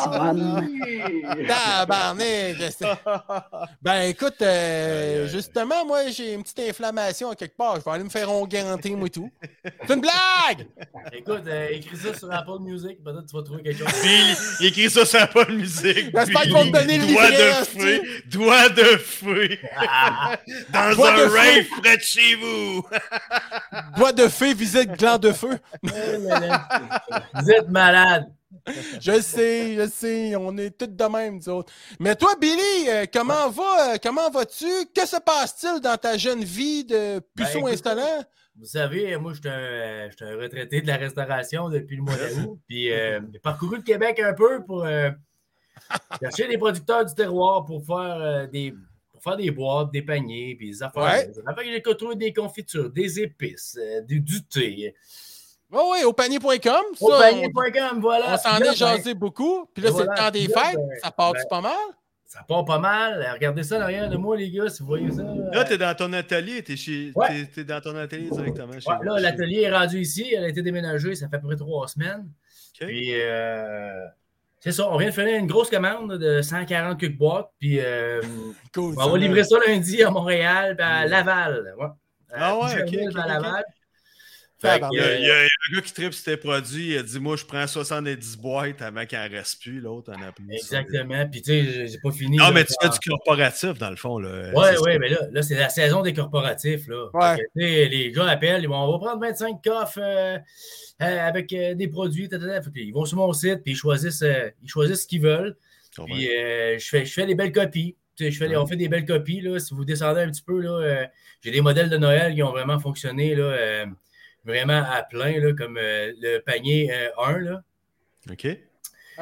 Tabarnak! Ben écoute, justement, moi j'ai une petite inflammation à quelque part. Je vais aller me faire onguenter, moi et tout. C'est une blague! Écoute, écris ça sur Apple Music, peut-être que tu vas trouver quelque chose. Billy, écris ça sur Apple Music. J'espère qu'ils vont te donner le livret. Doigt de feu. Dans un rave près de chez vous. Doigt de feu, visite gland de feu. Vous êtes malade. Je sais, on est tous de même, nous autres. Mais toi, Billy, comment vas-tu? Que se passe-t-il dans ta jeune vie de puceau installant? Vous savez, moi, je suis un retraité de la restauration depuis le mois d'août. Puis, j'ai parcouru le Québec un peu pour chercher des producteurs du terroir pour faire des boîtes, des paniers, puis des affaires. Ouais. Après, j'ai trouvé des confitures, des épices, du thé. Oui, au panier.com. Au panier.com, voilà. On s'en est jasé beaucoup. Puis là, c'est le temps des fêtes. Ça part-tu pas mal? Ça part pas mal. Regardez ça derrière de moi, les gars, si vous voyez ça. Là, t'es dans ton atelier. T'es dans ton atelier directement chez vous. Là, l'atelier est rendu ici. Elle a été déménagée. Ça fait à peu près 3 semaines. Okay. Puis, c'est ça. On vient de finir une grosse commande de 140 quelques boîtes. Puis, cool, on va livrer ça lundi à Montréal, puis à Laval. Ouais. OK. À Laval. Il y a un gars qui tripe sur tes produits, il a dit moi je prends 70 boîtes avant qu'il n'en reste plus, l'autre en a plus. Exactement. Puis tu sais, j'ai pas fini. Non, mais tu fais du corporatif dans le fond. Oui, mais là, c'est la saison des corporatifs. Là. Ouais. Que, les gars appellent, ils vont on va prendre 25 coffres avec des produits. Ils vont sur mon site, puis ils choisissent ce qu'ils veulent. Puis je fais des belles copies. On fait des belles copies. Là. Si vous descendez un petit peu, là, j'ai des modèles de Noël qui ont vraiment fonctionné là, vraiment à plein, là, comme le panier 1. Là. OK. À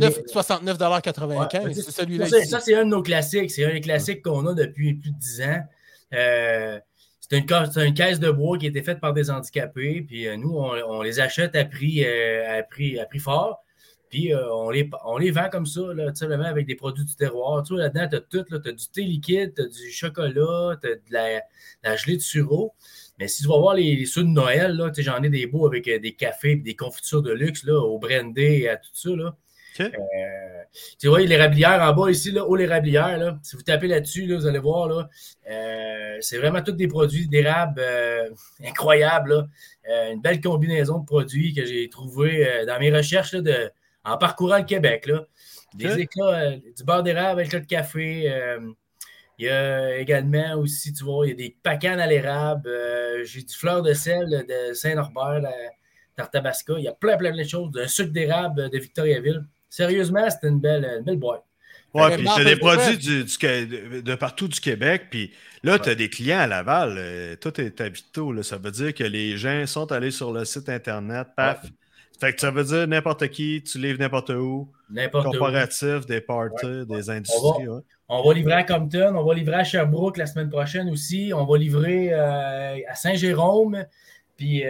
69,95 $. C'est celui-là. Ça, c'est un de nos classiques. C'est un des classiques qu'on a depuis plus de 10 ans. C'est une caisse de bois qui a été faite par des handicapés. Puis nous, on les achète à prix fort. Puis on les vend comme ça, là, simplement avec des produits du terroir. Tu vois, là-dedans, tu as tout. Tu as du thé liquide, tu as du chocolat, tu as de la gelée de sureau. Mais si tu vas voir les ceux de Noël, là, j'en ai des beaux avec des cafés et des confitures de luxe là, au brandy et à tout ça. Là. Okay. Tu vois, l'érablière en bas ici, là, l'érablière, là, si vous tapez là-dessus, là, vous allez voir, là, c'est vraiment tous des produits d'érable incroyables. Là. Une belle combinaison de produits que j'ai trouvé dans mes recherches là, en parcourant le Québec. Là. Des éclats, du beurre d'érable, éclats de café. Il y a également aussi, tu vois, il y a des pacanes à l'érable. J'ai du fleur de sel de Saint-Norbert, d'Arthabasca. Il y a plein de choses. Un sucre d'érable de Victoriaville. Sérieusement, c'était une belle boîte. Ouais, puis tu as des produits de partout du Québec. Puis là, tu as des clients à Laval. Tout est à Vito. Là. Ça veut dire que les gens sont allés sur le site Internet. Paf! Ouais. Fait que ça veut dire n'importe qui, tu livres n'importe où. Comparatif, des parties, des industries. On va livrer à Compton, on va livrer à Sherbrooke la semaine prochaine aussi. On va livrer à Saint-Jérôme. Puis,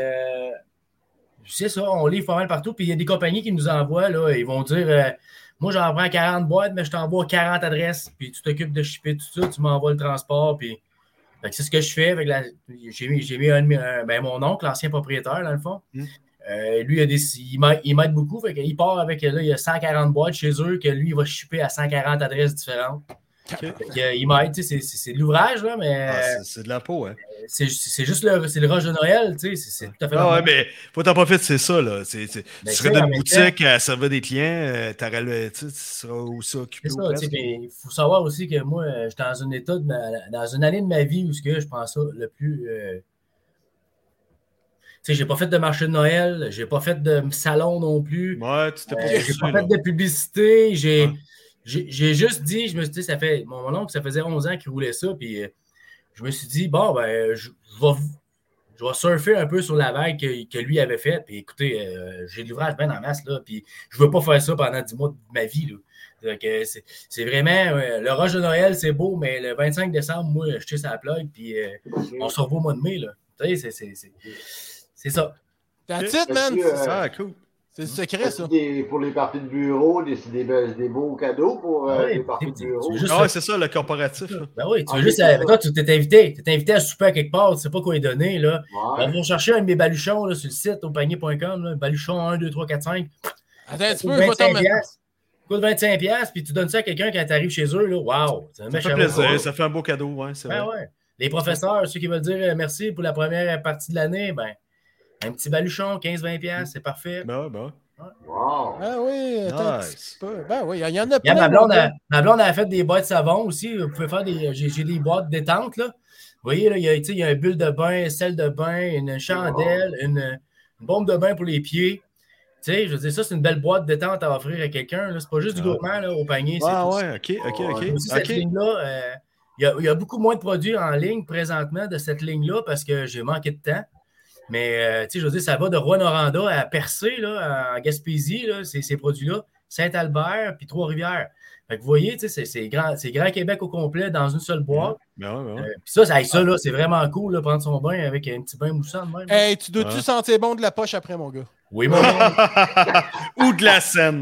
c'est ça, on livre pas mal partout. Puis, il y a des compagnies qui nous envoient. Là, ils vont dire moi, j'en prends 40 boîtes, mais je t'envoie 40 adresses. Puis, tu t'occupes de shipper tout ça, tu m'envoies le transport. Puis, c'est ce que je fais. J'ai mis mon oncle, l'ancien propriétaire, dans le fond. Lui, il m'aide beaucoup. Fait qu'il part avec, là, il y a 140 boîtes chez eux que lui, il va shipper à 140 adresses différentes. Okay. Il m'aide, c'est de l'ouvrage, là, mais... c'est de la peau, hein. C'est juste le rush de Noël, tu sais, c'est tout à fait normal. Ouais, mais faut t'en profiter, c'est ça, là. Tu serais dans une boutique à servir des clients, tu seras aussi occupé. C'est ça, il faut savoir aussi que moi, je suis dans un état, dans une année de ma vie où je pense ça le plus... Tu sais, j'ai pas fait de marché de Noël, j'ai pas fait de salon non plus. Ouais, tu t'es pas j'ai pas fait de publicité, j'ai juste dit, je me suis dit, mon oncle, ça faisait 11 ans qu'il roulait ça, puis je me suis dit, bon, ben, je vais surfer un peu sur la vague que lui avait faite, puis écoutez, j'ai de l'ouvrage bien en masse, là, puis je veux pas faire ça pendant 10 mois de ma vie, là. Donc, c'est vraiment, le rush de Noël, c'est beau, mais le 25 décembre, moi, je tire sa plug, puis on se revoit au mois de mai, là. Tu sais, c'est ça. That's it, man! C'est ça, cool. C'est le secret, ça. Pour les parties de bureau, des beaux cadeaux pour les parties de bureau. Ah, c'est ça, le corporatif. Ben oui, tu veux juste. Toi, tu t'es invité à souper à quelque part, tu sais pas quoi y donner. Là. Ouais. Ben, vous cherchez un de mes baluchons là, sur le site aupanier.com, baluchon 1, 2, 3, 4, 5. Attends un petit peu, je vais t'en mettre. Coûte 25$, puis tu donnes ça à quelqu'un quand tu arrives chez eux. Là. Wow! Ça fait plaisir, ça fait un beau cadeau. Ouais, c'est vrai. Ouais. Les professeurs, ceux qui veulent dire merci pour la première partie de l'année, ben. Un petit baluchon, 15-20$, c'est parfait. Ben ouais. Wow! Ah oui, attends nice. Ben oui, il y en a plein. Ma blonde a fait des boîtes de savon aussi. Vous pouvez faire j'ai des boîtes détente, là. Vous voyez, là, il y a un bulle de bain, sel de bain, une chandelle, une bombe de bain pour les pieds. Tu sais, je veux dire, ça, c'est une belle boîte détente à offrir à quelqu'un. C'est pas juste du gourmand là, au panier. OK. Cette ligne-là, il y a beaucoup moins de produits en ligne présentement de cette ligne-là parce que j'ai manqué de temps. Mais, tu sais, je veux dire, ça va de Rouyn-Noranda à Percé, là, en Gaspésie, là, ces produits-là, Saint-Albert, puis Trois-Rivières. Fait que vous voyez, tu sais, c'est Grand Québec au complet dans une seule boîte. Puis ça, là, c'est vraiment cool, là, prendre son bain avec un petit bain moussant de même. Hey, tu dois-tu sentir bon de la poche après, mon gars? Oui, mon gars. Ou de la Seine.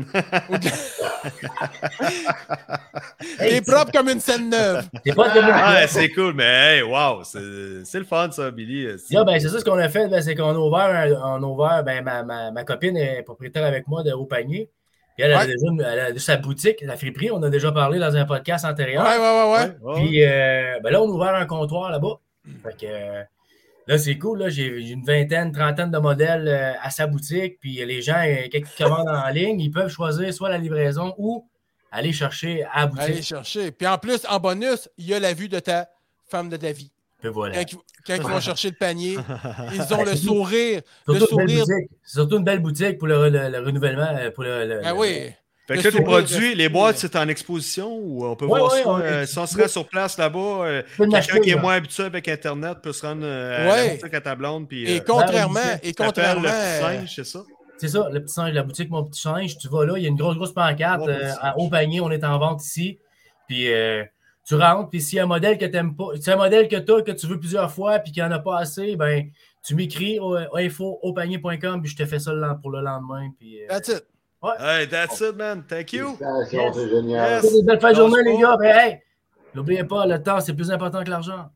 T'es propre comme une scène neuve. C'est cool, mais hey, wow, c'est le fun, ça, Billy. Ben, c'est ça ce qu'on a fait, c'est qu'on a ouvert ma copine est propriétaire avec moi de Haut-Panier. Puis elle a sa boutique, la friperie, on a déjà parlé dans un podcast antérieur. Ouais. Puis là, on a ouvert un comptoir là-bas. Fait que là, c'est cool. Là, j'ai une vingtaine, trentaine de modèles à sa boutique. Puis les gens, quand ils commandent en ligne, ils peuvent choisir soit la livraison ou aller chercher à la boutique. Aller chercher. Puis en plus, en bonus, il y a la vue de ta femme de ta vie. Puis voilà. Quand ils vont chercher le panier, ils ont le sourire. C'est surtout une belle boutique pour le renouvellement. Oui. Fait que là, les produits, les boîtes, c'est en exposition ou on peut voir ça? Si on se rend sur place là-bas, quelqu'un qui est moins habitué avec Internet peut se rendre à la boutique à ta blonde. Puis, et contrairement. Le petit singe, c'est ça? C'est ça, le petit singe, la boutique Mon Petit Singe. Tu vas là, il y a une grosse pancarte. Au panier, on est en vente ici. Puis tu rentres, puis s'il y a un modèle que tu n'aimes pas, c'est un modèle que tu as, que tu veux plusieurs fois, puis qu'il n'y en a pas assez, ben tu m'écris au info@opanier.com, puis je te fais ça pour le lendemain. Puis, that's it. Ouais. Hey, that's it, man. Thank you. C'est génial. C'est une belle fin de journée, les gars. Mais hey, n'oubliez pas, le temps, c'est plus important que l'argent.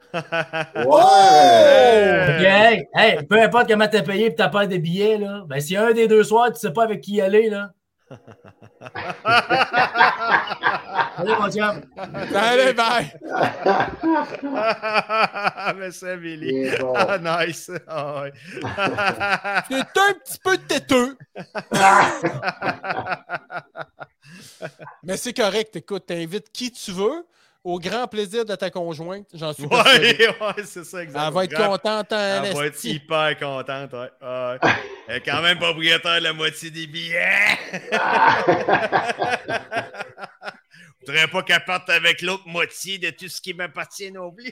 Ouais! Hey, peu importe comment t'as payé et t'as pas des billets, là, ben s'il y a un des deux soirs, tu sais pas avec qui y aller, là. Allez, mon chum. Allez, bye. Merci, Billy. Bon. Nice. Oh, ouais. C'est un petit peu têteux. Mais c'est correct. Écoute, t'invites qui tu veux. Au grand plaisir de ta conjointe, j'en suis persuadé. Ouais, c'est ça, exactement. Elle va être contente en Elle va être hyper contente, ouais. Elle est quand même propriétaire de la moitié des billets. Je voudrais pas qu'elle parte avec l'autre moitié de tout ce qui m'appartient non plus.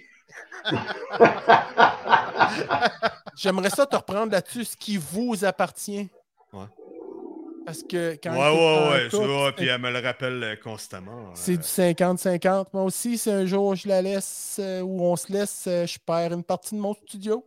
J'aimerais ça te reprendre là-dessus, ce qui vous appartient. Ouais. Parce que quand ouais, puis elle me le rappelle constamment. C'est du 50-50. Moi aussi, si un jour je la laisse ou on se laisse, je perds une partie de mon studio.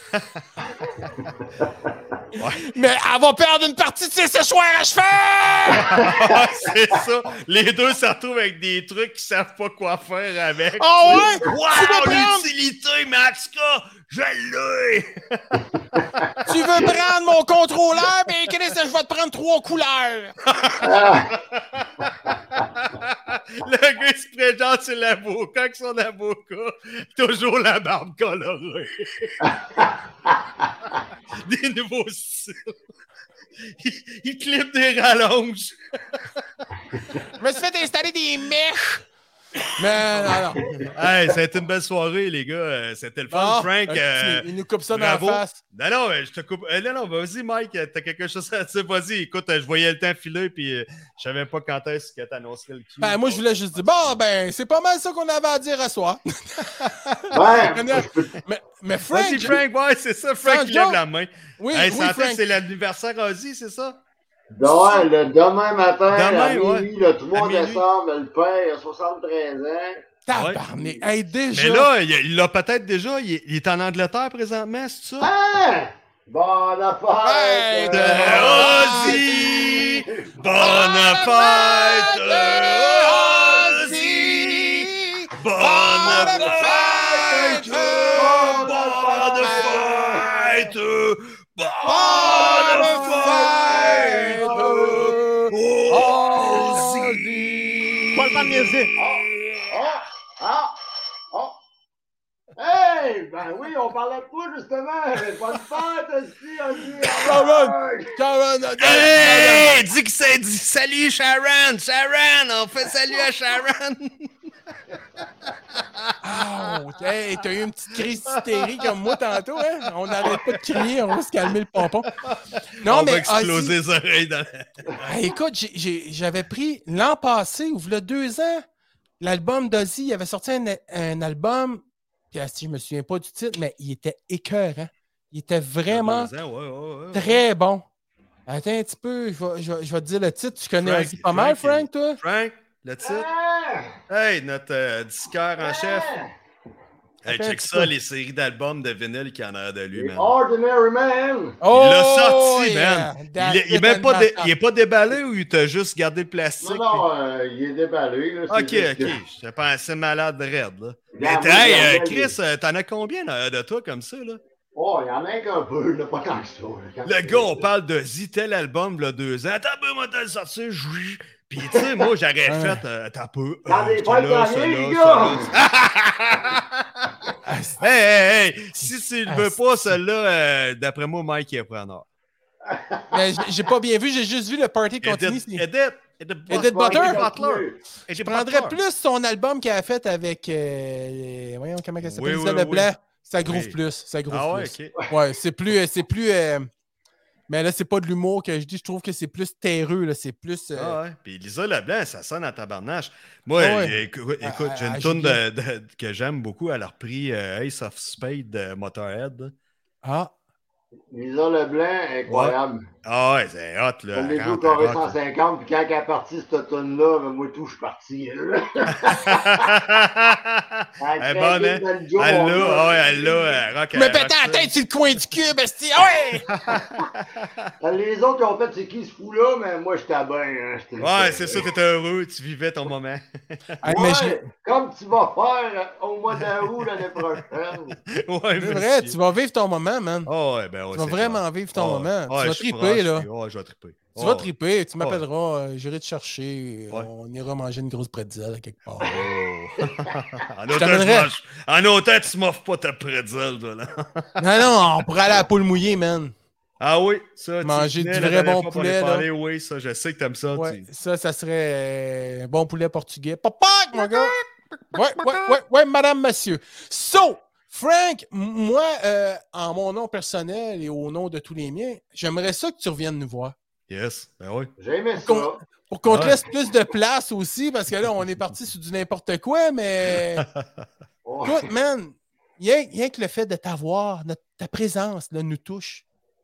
Mais elle va perdre une partie de ses séchoirs à cheveux! C'est ça. Les deux se retrouvent avec des trucs qu'ils savent pas quoi faire avec. Oh ouais! Wow, l'utilité, Maxka! Je l'ai! Tu veux prendre mon contrôleur? Ben, Chris, je vais te prendre 3 couleurs! Le gars se présente sur l'avocat avec son avocat. Toujours la barbe colorée. Des nouveaux styles. Il clip des rallonges. Je me suis fait installer des mèches. Mais non. Hey, ça a été une belle soirée, les gars. C'était le fun, Frank. Il nous coupe ça bravo. dans la face. Non, je te coupe. Non, vas-y, Mike, t'as quelque chose à dire. Vas-y, écoute, je voyais le temps filer, puis je savais pas quand est-ce que t'annoncerais le cul. Ben, moi, je voulais juste dire, c'est pas mal ça qu'on avait à dire à soi. Ouais. mais Frank. Vas-y, Frank, ouais, c'est ça, Frank qui lève la main. Oui, hey, Frank. C'est l'anniversaire Ozzy, c'est ça? Ouais, le demain matin, à minuit, le 3 à décembre, le père a 73 ans. Tabarnak. Hey, déjà. Mais là, il l'a peut-être déjà. Il est en Angleterre présentement, c'est ça? Ah! Bonne fête! Ozzy! Bonne fête! Ozzy! Bonne fête! Bonne fête! Bonne fête! Ozzy! Pas le temps de niaiser. Hey! Ben oui, on parlait de toi, justement! Bonne fête, Ozzy! Sharon! Hey! Dis que c'est dit salut, Sharon! Sharon! On fait salut à Sharon! Oh, hey, t'as eu une petite crise d'hystérie comme moi tantôt, hein? On n'arrête pas de crier, on va se calmer le pompon. Non, on mais va exploser les oreilles dans écoute, j'avais pris l'an passé, ou il y a 2 ans, l'album d'Ozzy, il avait sorti un album, puis je me souviens pas du titre, mais il était écœurant. Il était vraiment très bon. Attends un petit peu, je vais te dire le titre. Tu connais Ozzy pas mal, Frank, toi? Frank, le titre? Hey, notre disqueur en chef. Hey, check ça, les séries d'albums de vinyle qu'il y en a de lui, man. Ordinary Man! Il l'a sorti, man. Il est pas déballé ou il t'a juste gardé le plastique? Non, il est déballé. Là, ok. Je pensais malade raide, là. Mais hey, Chris, t'en as combien de toi comme ça, là? Oh, il y en a qu'un peu, là, pas tant que ça. Le gars, on parle de tel album, là, 2 ans. Attends, moi, t'as le sorti, puis, tu sais, moi, j'aurais fait, t'as peu. Hey, si tu le veux pas, celle-là, d'après moi, Mike, il est preneur. Mais j'ai pas bien vu, j'ai juste vu le party continue. Edith Butler. Je prendrais plus son album qu'il a fait avec. Voyons, comment ça s'appelle? Ça Leblanc. Ça groove plus. Ça groove plus. Okay. Ouais, c'est plus. Mais là, c'est pas de l'humour que je dis. Je trouve que c'est plus terreux. Là. C'est plus. Ah ouais. Puis Lisa Leblanc, ça sonne à tabarnache. Moi, écoute, j'ai une tune que j'aime beaucoup. Elle a repris Ace of Spades de Motorhead. Ah. Lisa Leblanc, incroyable. Ouais. Ah ouais, c'est hot, là. On est au carré 150, puis quand elle est partie, cette tonne-là, moi tout, je suis parti. Elle est bonne, hein? Elle l'a. Me péter la tête sur le coin du cube, esti! Ouais! Les autres qui ont fait, c'est qui ce fou-là, mais moi, j'étais bien. Hein, ouais, c'est ça, t'étais heureux, tu vivais ton moment. Ouais, comme tu vas faire au mois d'août l'année prochaine. Ouais, c'est vrai, tu vas vivre ton moment, man. Oh, ouais, ben ouais, tu vas vraiment vivre ton moment. Ouais, tu vas triper, là. Ouais, je vais triper. Tu vas triper, tu m'appelleras, j'irai te chercher, on ira manger une grosse pretzel à quelque part. En autant, tu m'offres pas ta pretzel, toi, là. Non, on pourrait aller à la poule mouillée, man. Ah oui, ça, manger du vrai bon poulet, là. Oui, ça, je sais que t'aimes ça. Ouais, ça serait un bon poulet portugais. Papa, mon gars! Ouais, madame, monsieur. So, Frank, moi, en mon nom personnel et au nom de tous les miens, j'aimerais ça que tu reviennes nous voir. Yes, ben oui. J'aimais ça. Pour qu'on te laisse plus de place aussi, parce que là, on est parti sur du n'importe quoi, mais... Écoute, man, rien que le fait de t'avoir, ta présence, là, nous touche.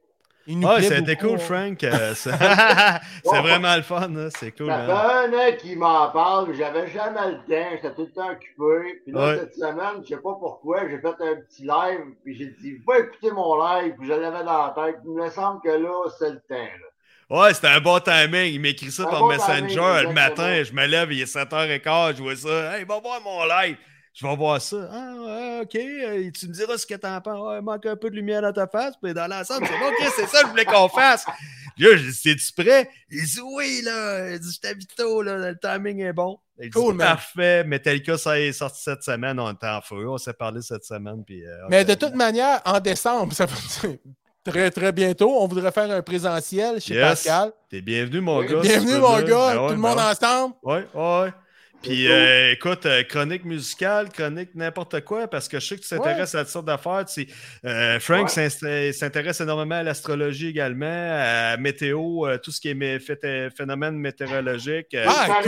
C'était cool, Frank. C'est vraiment le fun. Là. C'est cool. Ça fait un an qu'il m'en parle. J'avais jamais le temps. J'étais tout le temps occupé. Puis là, cette semaine, je sais pas pourquoi, j'ai fait un petit live. Puis j'ai dit, va écouter mon live. Puis je l'avais dans la tête. Il me semble que là, c'est le temps. Là. Ouais, c'était un bon timing. Il m'écrit ça par Messenger le matin. Je me lève, il est 7h15. Je vois ça. Hey, va voir mon live. Je vais voir ça. Ah, OK. Tu me diras ce que t'en penses. Ouais, il manque un peu de lumière dans ta face. Puis dans l'ensemble, c'est bon. OK, c'est ça que je voulais qu'on fasse. Là, j'ai dit, c'est-tu prêt? Il dit, oui, là. Il dit, je t'habite tôt, là. Le timing est bon. Il dit, cool, parfait. Metallica, ça est sorti cette semaine. On était en feu. On s'est parlé cette semaine. Puis, mais de toute manière, en décembre, ça fait très, très bientôt, on voudrait faire un présentiel chez Pascal. T'es bienvenu, mon gars. Bienvenue, mon gars. Tout le monde ensemble. Ouais. Puis, écoute, chronique musicale, chronique n'importe quoi, parce que je sais que tu t'intéresses à cette sorte d'affaires. Frank s'intéresse énormément à l'astrologie également, à météo, tout ce qui est phénomène météorologique. Cool.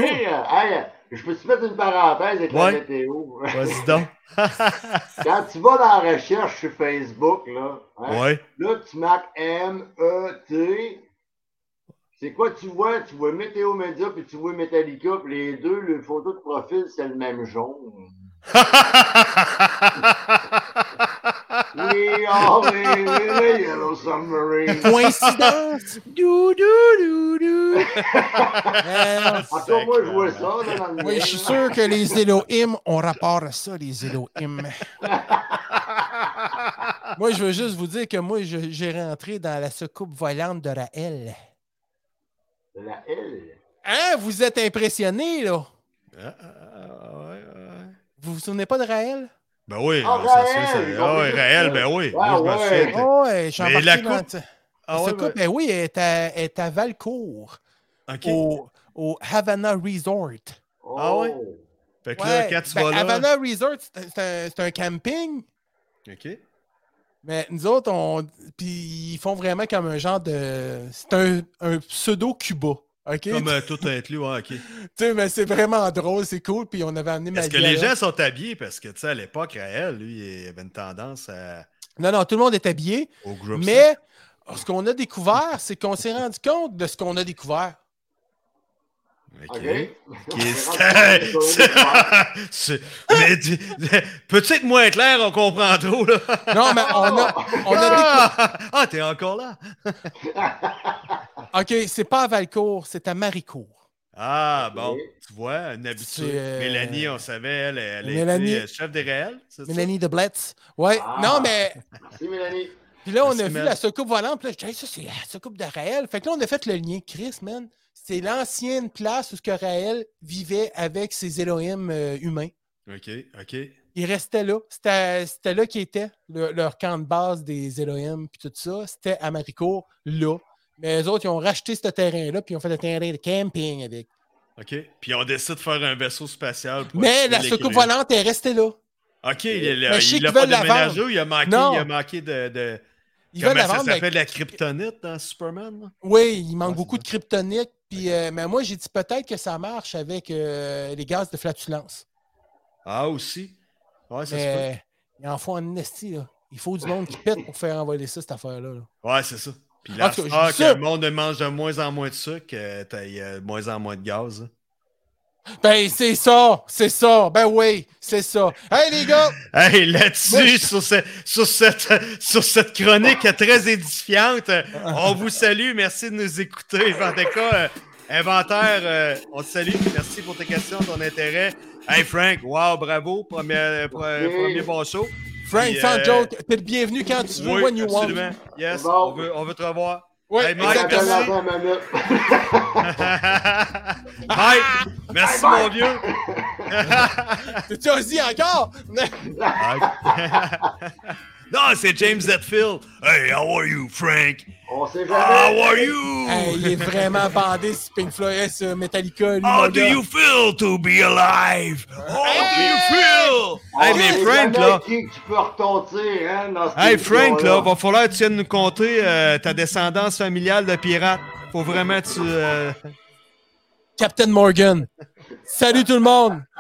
Je peux te mettre une parenthèse avec la météo. Vas-y donc. Quand tu vas dans la recherche sur Facebook, là, là tu marques M-E-T. C'est quoi tu vois? Tu vois Météo Média puis tu vois Metallica, puis les deux, le photo de profil, c'est le même jaune. We are the Yellow Submarine. Coïncidence! Encore moi, je vois ça là, dans le oui, je suis sûr que les Elohim ont rapport à ça, les Elohim. Moi, je veux juste vous dire que moi, j'ai rentré dans la soucoupe volante de Raël. De la L. Hein? Vous êtes impressionné, là? Vous vous souvenez pas de Raël? Ben oui, Raël, ben oui. Je suis embarqué la dans coupe... la coupe, ben oui, elle est à Valcourt, au Havana Resort. Ah ouais? Fait que là, quand tu vas là... Havana Resort, c'est un camping. OK. Mais nous autres, puis ils font vraiment comme un genre de... C'est un pseudo-Cuba. Okay? Comme tout inclus, OK. Tu sais, mais c'est vraiment drôle, c'est cool. Puis on avait amené Est-ce que les gens sont habillés? Parce que, tu sais, à l'époque, Raël, lui, il avait une tendance à... Non, tout le monde est habillé. Mais ce qu'on a découvert, c'est qu'on s'est rendu compte de ce qu'on a découvert. OK. Mais peut-être être moins clair, on comprend trop, là. Non, mais on a Ah, t'es encore là? OK, c'est pas à Valcourt, c'est à Maricourt. Ah, bon, tu vois, une habitude. Mélanie, on savait, elle était chef des réels, c'est ça? Mélanie de Bletz. Ouais, non, mais... Merci, Mélanie. Puis là, on a vu la soucoupe volante, puis là, je dis, ça, c'est la soucoupe de Raël. Fait que là, on a fait le lien. Chris, man, c'est l'ancienne place où Raël vivait avec ses Elohim humains. OK. Il restait là. C'était là qui était leur camp de base des Elohim, puis tout ça. C'était à Maricourt, là. Mais les autres, ils ont racheté ce terrain-là, puis ils ont fait le terrain de camping avec. OK. Puis on décide de faire un vaisseau spatial. Mais la soucoupe volante est restée là. OK. Il n'a pas déménagé ou il a manqué de... Ils veulent la ça vendre. s'appelle la kryptonite dans Superman? Là? Oui, il manque beaucoup de kryptonite. Puis, mais moi, j'ai dit peut-être que ça marche avec les gaz de flatulence. Ah, aussi. Ouais, ça se peut. Il en faut en esti, là. Il faut du monde qui pète pour faire envoyer ça, cette affaire-là. Là. Ouais, c'est ça. Puis là, que le monde mange de moins en moins de sucre, il y a de moins en moins de gaz. Hein. Ben, c'est ça. Ben oui, c'est ça. Hey, les gars! Hey, là-dessus, sur cette chronique très édifiante, on vous salue. Merci de nous écouter. En tout cas, Inventaire, on te salue. Merci pour tes questions, ton intérêt. Hey, Frank, wow, bravo. Premier bon show. Frank, sans joke, t'es le bienvenu quand tu veux, when you want. Yes, bon. on veut te revoir. Oui, hey, Mike, merci. Mike, merci, hey, mon vieux. Tu as dit encore? Non, c'est James Hetfield. Hey, how are you, Frank? On sait jamais. How are you? Hey, il est vraiment bandé sur Pink Floyd, sur Metallica. Lui, how do you feel to be alive? How do you feel? Hey, mais Frank, là. Qui peut retentir, hein, dans cette hey, Frank, là, va falloir que tu viennes nous conter ta descendance familiale de pirate. Faut vraiment que tu. Captain Morgan. Salut tout le monde!